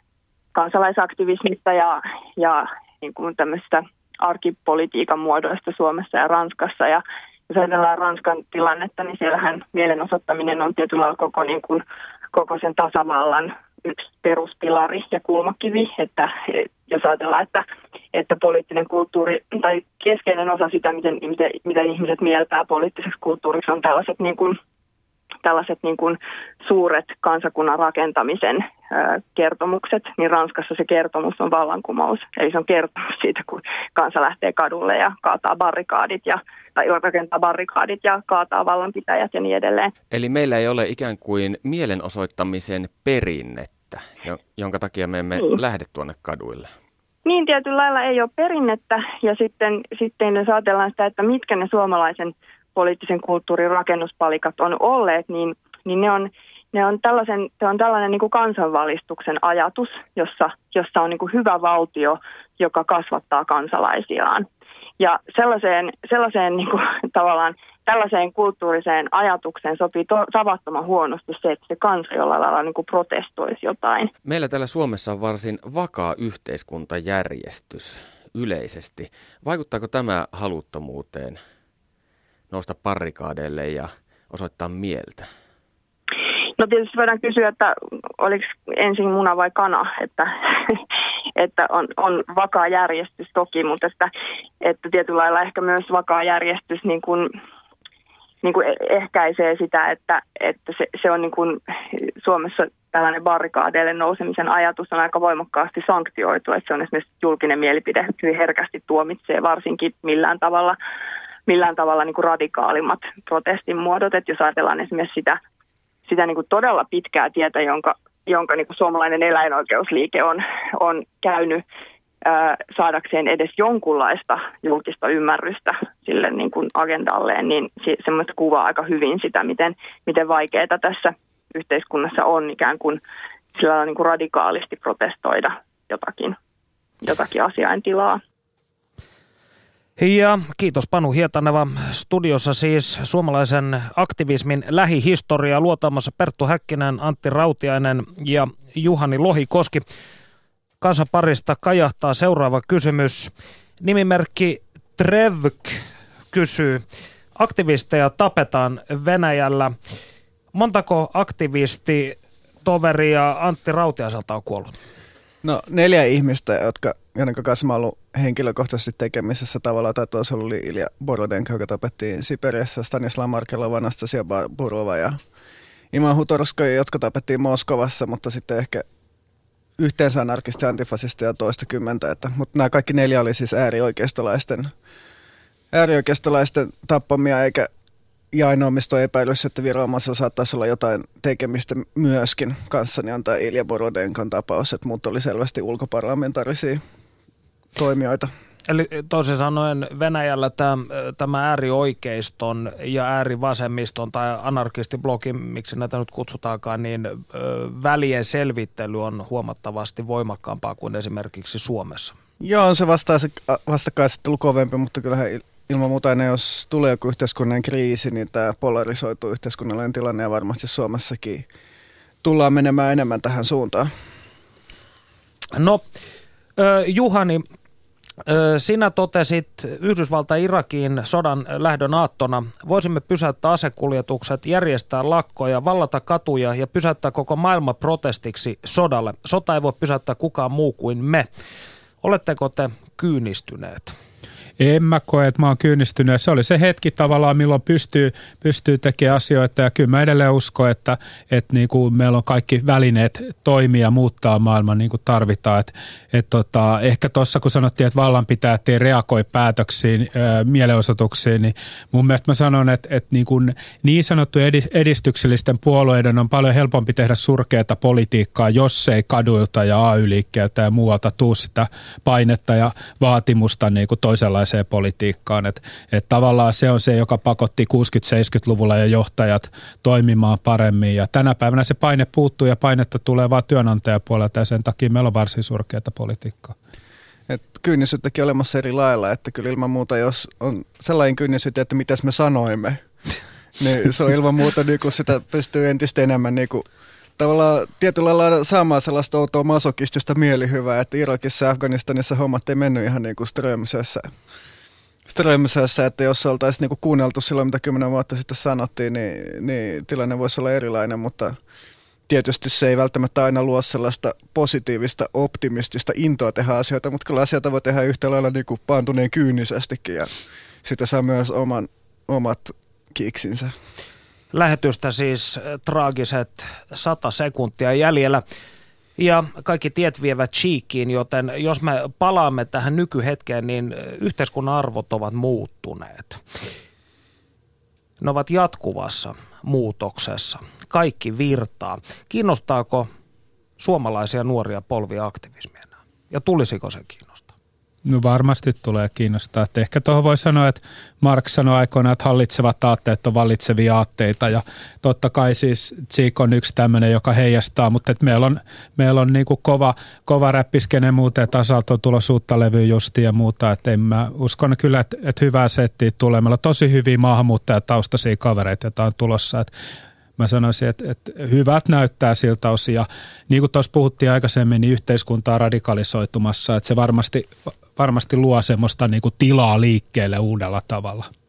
kansalaisaktivismista ja, ja niin kuin tämmöistä arkipolitiikan muodoista Suomessa ja Ranskassa. Ja jos ajatellaan Ranskan tilannetta, niin siellähän mielenosoittaminen on tietyllä lailla koko, niin kuin, koko sen tasavallan yksi peruspilari ja kulmakivi, että jos ajatellaan, että, että poliittinen kulttuuri tai keskeinen osa sitä, miten, miten, miten ihmiset mieltää poliittiseksi kulttuuriksi, on tällaiset, niin kuin, tällaiset niin kuin suuret kansakunnan rakentamisen ö, kertomukset, niin Ranskassa se kertomus on vallankumous. Eli se on kertomus siitä, kun kansa lähtee kadulle ja kaataa barrikaadit ja tai rakentaa barrikaadit ja kaataa vallanpitäjät ja niin edelleen. Eli meillä ei ole ikään kuin mielenosoittamisen perinnettä, jonka takia me emme niin lähde tuonne kaduille. Niin, tietyllä lailla ei ole perinnettä ja sitten, sitten jos ajatellaan sitä, että mitkä ne suomalaisen poliittisen kulttuurin rakennuspalikat on olleet, niin, niin ne on, ne on tällaisen, se on tällainen niin kuin kansanvalistuksen ajatus, jossa, jossa on niin kuin hyvä valtio, joka kasvattaa kansalaisiaan. Ja sellaiseen, sellaiseen niin kuin, tavallaan tällaiseen kulttuuriseen ajatukseen sopii to, tavattoman huonosti se, että se kansa jollain lailla niin kuin protestoisi jotain. Meillä täällä Suomessa on varsin vakaa yhteiskuntajärjestys yleisesti. Vaikuttaako tämä haluttomuuteen nousta barrikaadeille ja osoittaa mieltä? No tietysti voidaan kysyä, että oliko ensin muna vai kana, että, että on, on vakaa järjestys toki, mutta että, että tietyllä lailla ehkä myös vakaa järjestys niin kuin, niin kuin ehkäisee sitä, että, että se, se on niin kuin Suomessa tällainen barrikaadeille nousemisen ajatus on aika voimakkaasti sanktioitu, että se on esimerkiksi julkinen mielipide hyvin herkästi tuomitsee varsinkin millään tavalla, millään tavalla niin kuin radikaalimmat protestin muodot, että jos ajatellaan esimerkiksi sitä, sitä niin kuin todella pitkää tietä, jonka, jonka niin kuin suomalainen eläinoikeusliike on, on käynyt ää, saadakseen edes jonkunlaista julkista ymmärrystä sille niin kuin agendalleen, niin se, semmoista kuvaa aika hyvin sitä, miten, miten vaikeaa tässä yhteiskunnassa on ikään kuin sillä niin kuin radikaalisti protestoida jotakin, jotakin asiaintilaa. Ja kiitos Panu Hietaneva. Studiossa siis suomalaisen aktivismin lähihistoria luotaamassa Perttu Häkkinen, Antti Rautiainen ja Juhani Lohikoski. Kansan parista kajahtaa seuraava kysymys. Nimimerkki Trevk kysyy, aktivisteja tapetaan Venäjällä. Montako aktivistitoveria Antti Rautiaiselta on kuollut? No neljä ihmistä, jotka, joiden kanssa mä oon ollut henkilökohtaisesti tekemisessä tavalla tai toisella oli Ilja Borodenko, joka tapettiin Siperiassa, Stanislav Markelov, Anastasia Burova ja Iman Hutorskoja, jotka tapettiin Moskovassa, mutta sitten ehkä yhteensä anarkisti antifasisteja toista kymmentä. Että, mutta nämä kaikki neljä oli siis äärioikeistolaisten, äärioikeistolaisten tappamia, eikä ja ainoa, mistä on epäilys, että viranomaisella saattaisi olla jotain tekemistä myöskin kanssani on tämä Ilja Borodenkon tapaus, että muut oli selvästi ulkoparlamentaarisia toimijoita. Eli toisin sanoen Venäjällä tämä, tämä äärioikeiston ja äärivasemmiston tai anarkistiblogin, miksi näitä nyt kutsutaankaan, niin ö, välien selvittely on huomattavasti voimakkaampaa kuin esimerkiksi Suomessa. Joo, on se vastakkainasettelu kovempi, mutta kyllähän ilman muuta aina, jos tulee joku yhteiskunnallinen kriisi, niin tämä polarisoituu yhteiskunnallinen tilanne ja varmasti Suomessakin tullaan menemään enemmän tähän suuntaan. No, Juhani, sinä totesit Yhdysvalta-Irakiin sodan lähdön aattona, voisimme pysäyttää asekuljetukset, järjestää lakkoja, vallata katuja ja pysäyttää koko maailma protestiksi sodalle. Sota ei voi pysäyttää kukaan muu kuin me. Oletteko te kyynistyneet? En mä koe, että mä oon kyynistynyt. Se oli se hetki tavallaan, milloin pystyy, pystyy tekemään asioita. Ja kyllä mä edelleen uskon, että, että niin kuin meillä on kaikki välineet toimia ja muuttaa maailman niin kuin tarvitaan. Et, et tota, ehkä tuossa kun sanottiin, että vallanpitäjät ei reagoi päätöksiin, ää, mielenosoituksiin, niin mun mielestä mä sanon, että, että niin, kuin niin sanottujen edistyksellisten puolueiden on paljon helpompi tehdä surkeata politiikkaa, jos ei kaduilta ja A Y-liikkeeltä ja muualta tuu sitä painetta ja vaatimusta niin kuin toisenlaiseen politiikkaan. Että et tavallaan se on se, joka pakotti kuusikymmentä-seitsemänkymmentäluvulla ja johtajat toimimaan paremmin. Ja tänä päivänä se paine puuttuu ja painetta tulee vaan työnantajapuolelta ja sen takia meillä on varsin surkeata politiikkaa. Et kyynisyyttäkin olemassa eri lailla, että kyllä ilman muuta, jos on sellainen kyynisyyttä, että mitäs me sanoimme, niin se on ilman muuta, niin kuin sitä pystyy entistä enemmän niin kuin tavallaan tietyllä lailla saamaan sellaista outoa masokistista mielihyvää, että Irakissa ja Afganistanissa hommat ei mennyt ihan niin kuin Strömsössä. Strömsössä, että jos oltaisiin niin kuin kuunneltu silloin, mitä kymmenen vuotta sitten sanottiin, niin, niin tilanne voisi olla erilainen, mutta tietysti se ei välttämättä aina luo sellaista positiivista, optimistista intoa tehdä asioita, mutta kyllä asioita voi tehdä yhtä lailla niin kuin paantuneen kyynisestikin ja sitä saa myös oman, omat kiksinsä. Lähetystä siis traagiset sata sekuntia jäljellä ja kaikki tiet vievät Cheekiin, joten jos me palaamme tähän nykyhetkeen, niin yhteiskunnan arvot ovat muuttuneet. Ne ovat jatkuvassa muutoksessa. Kaikki virtaa. Kiinnostaako suomalaisia nuoria polvia aktivismia? Ja tulisiko se kiinnostaa? No varmasti tulee kiinnostaa. Että ehkä tuohon voi sanoa, että Marx sanoi aikoinaan, että hallitsevat aatteet on vallitsevia aatteita ja totta kai siis Cheek on yksi tämmöinen, joka heijastaa, mutta että meillä on, meillä on niin kuin kova, kova räppiskene muuten, että Asalta on tulossa uutta levyä justiin ja muuta, että en mä uskon kyllä, että, että hyvää settiä tulee. Meillä on tosi hyviä maahanmuuttajataustaisia kavereita, joita on tulossa, että mä sanoisin, että, että hyvät näyttää siltä osin ja niin kuin tuossa puhuttiin aikaisemmin, niin yhteiskunta on radikalisoitumassa, että se varmasti, varmasti luo semmoista niin kuin tilaa liikkeelle uudella tavalla.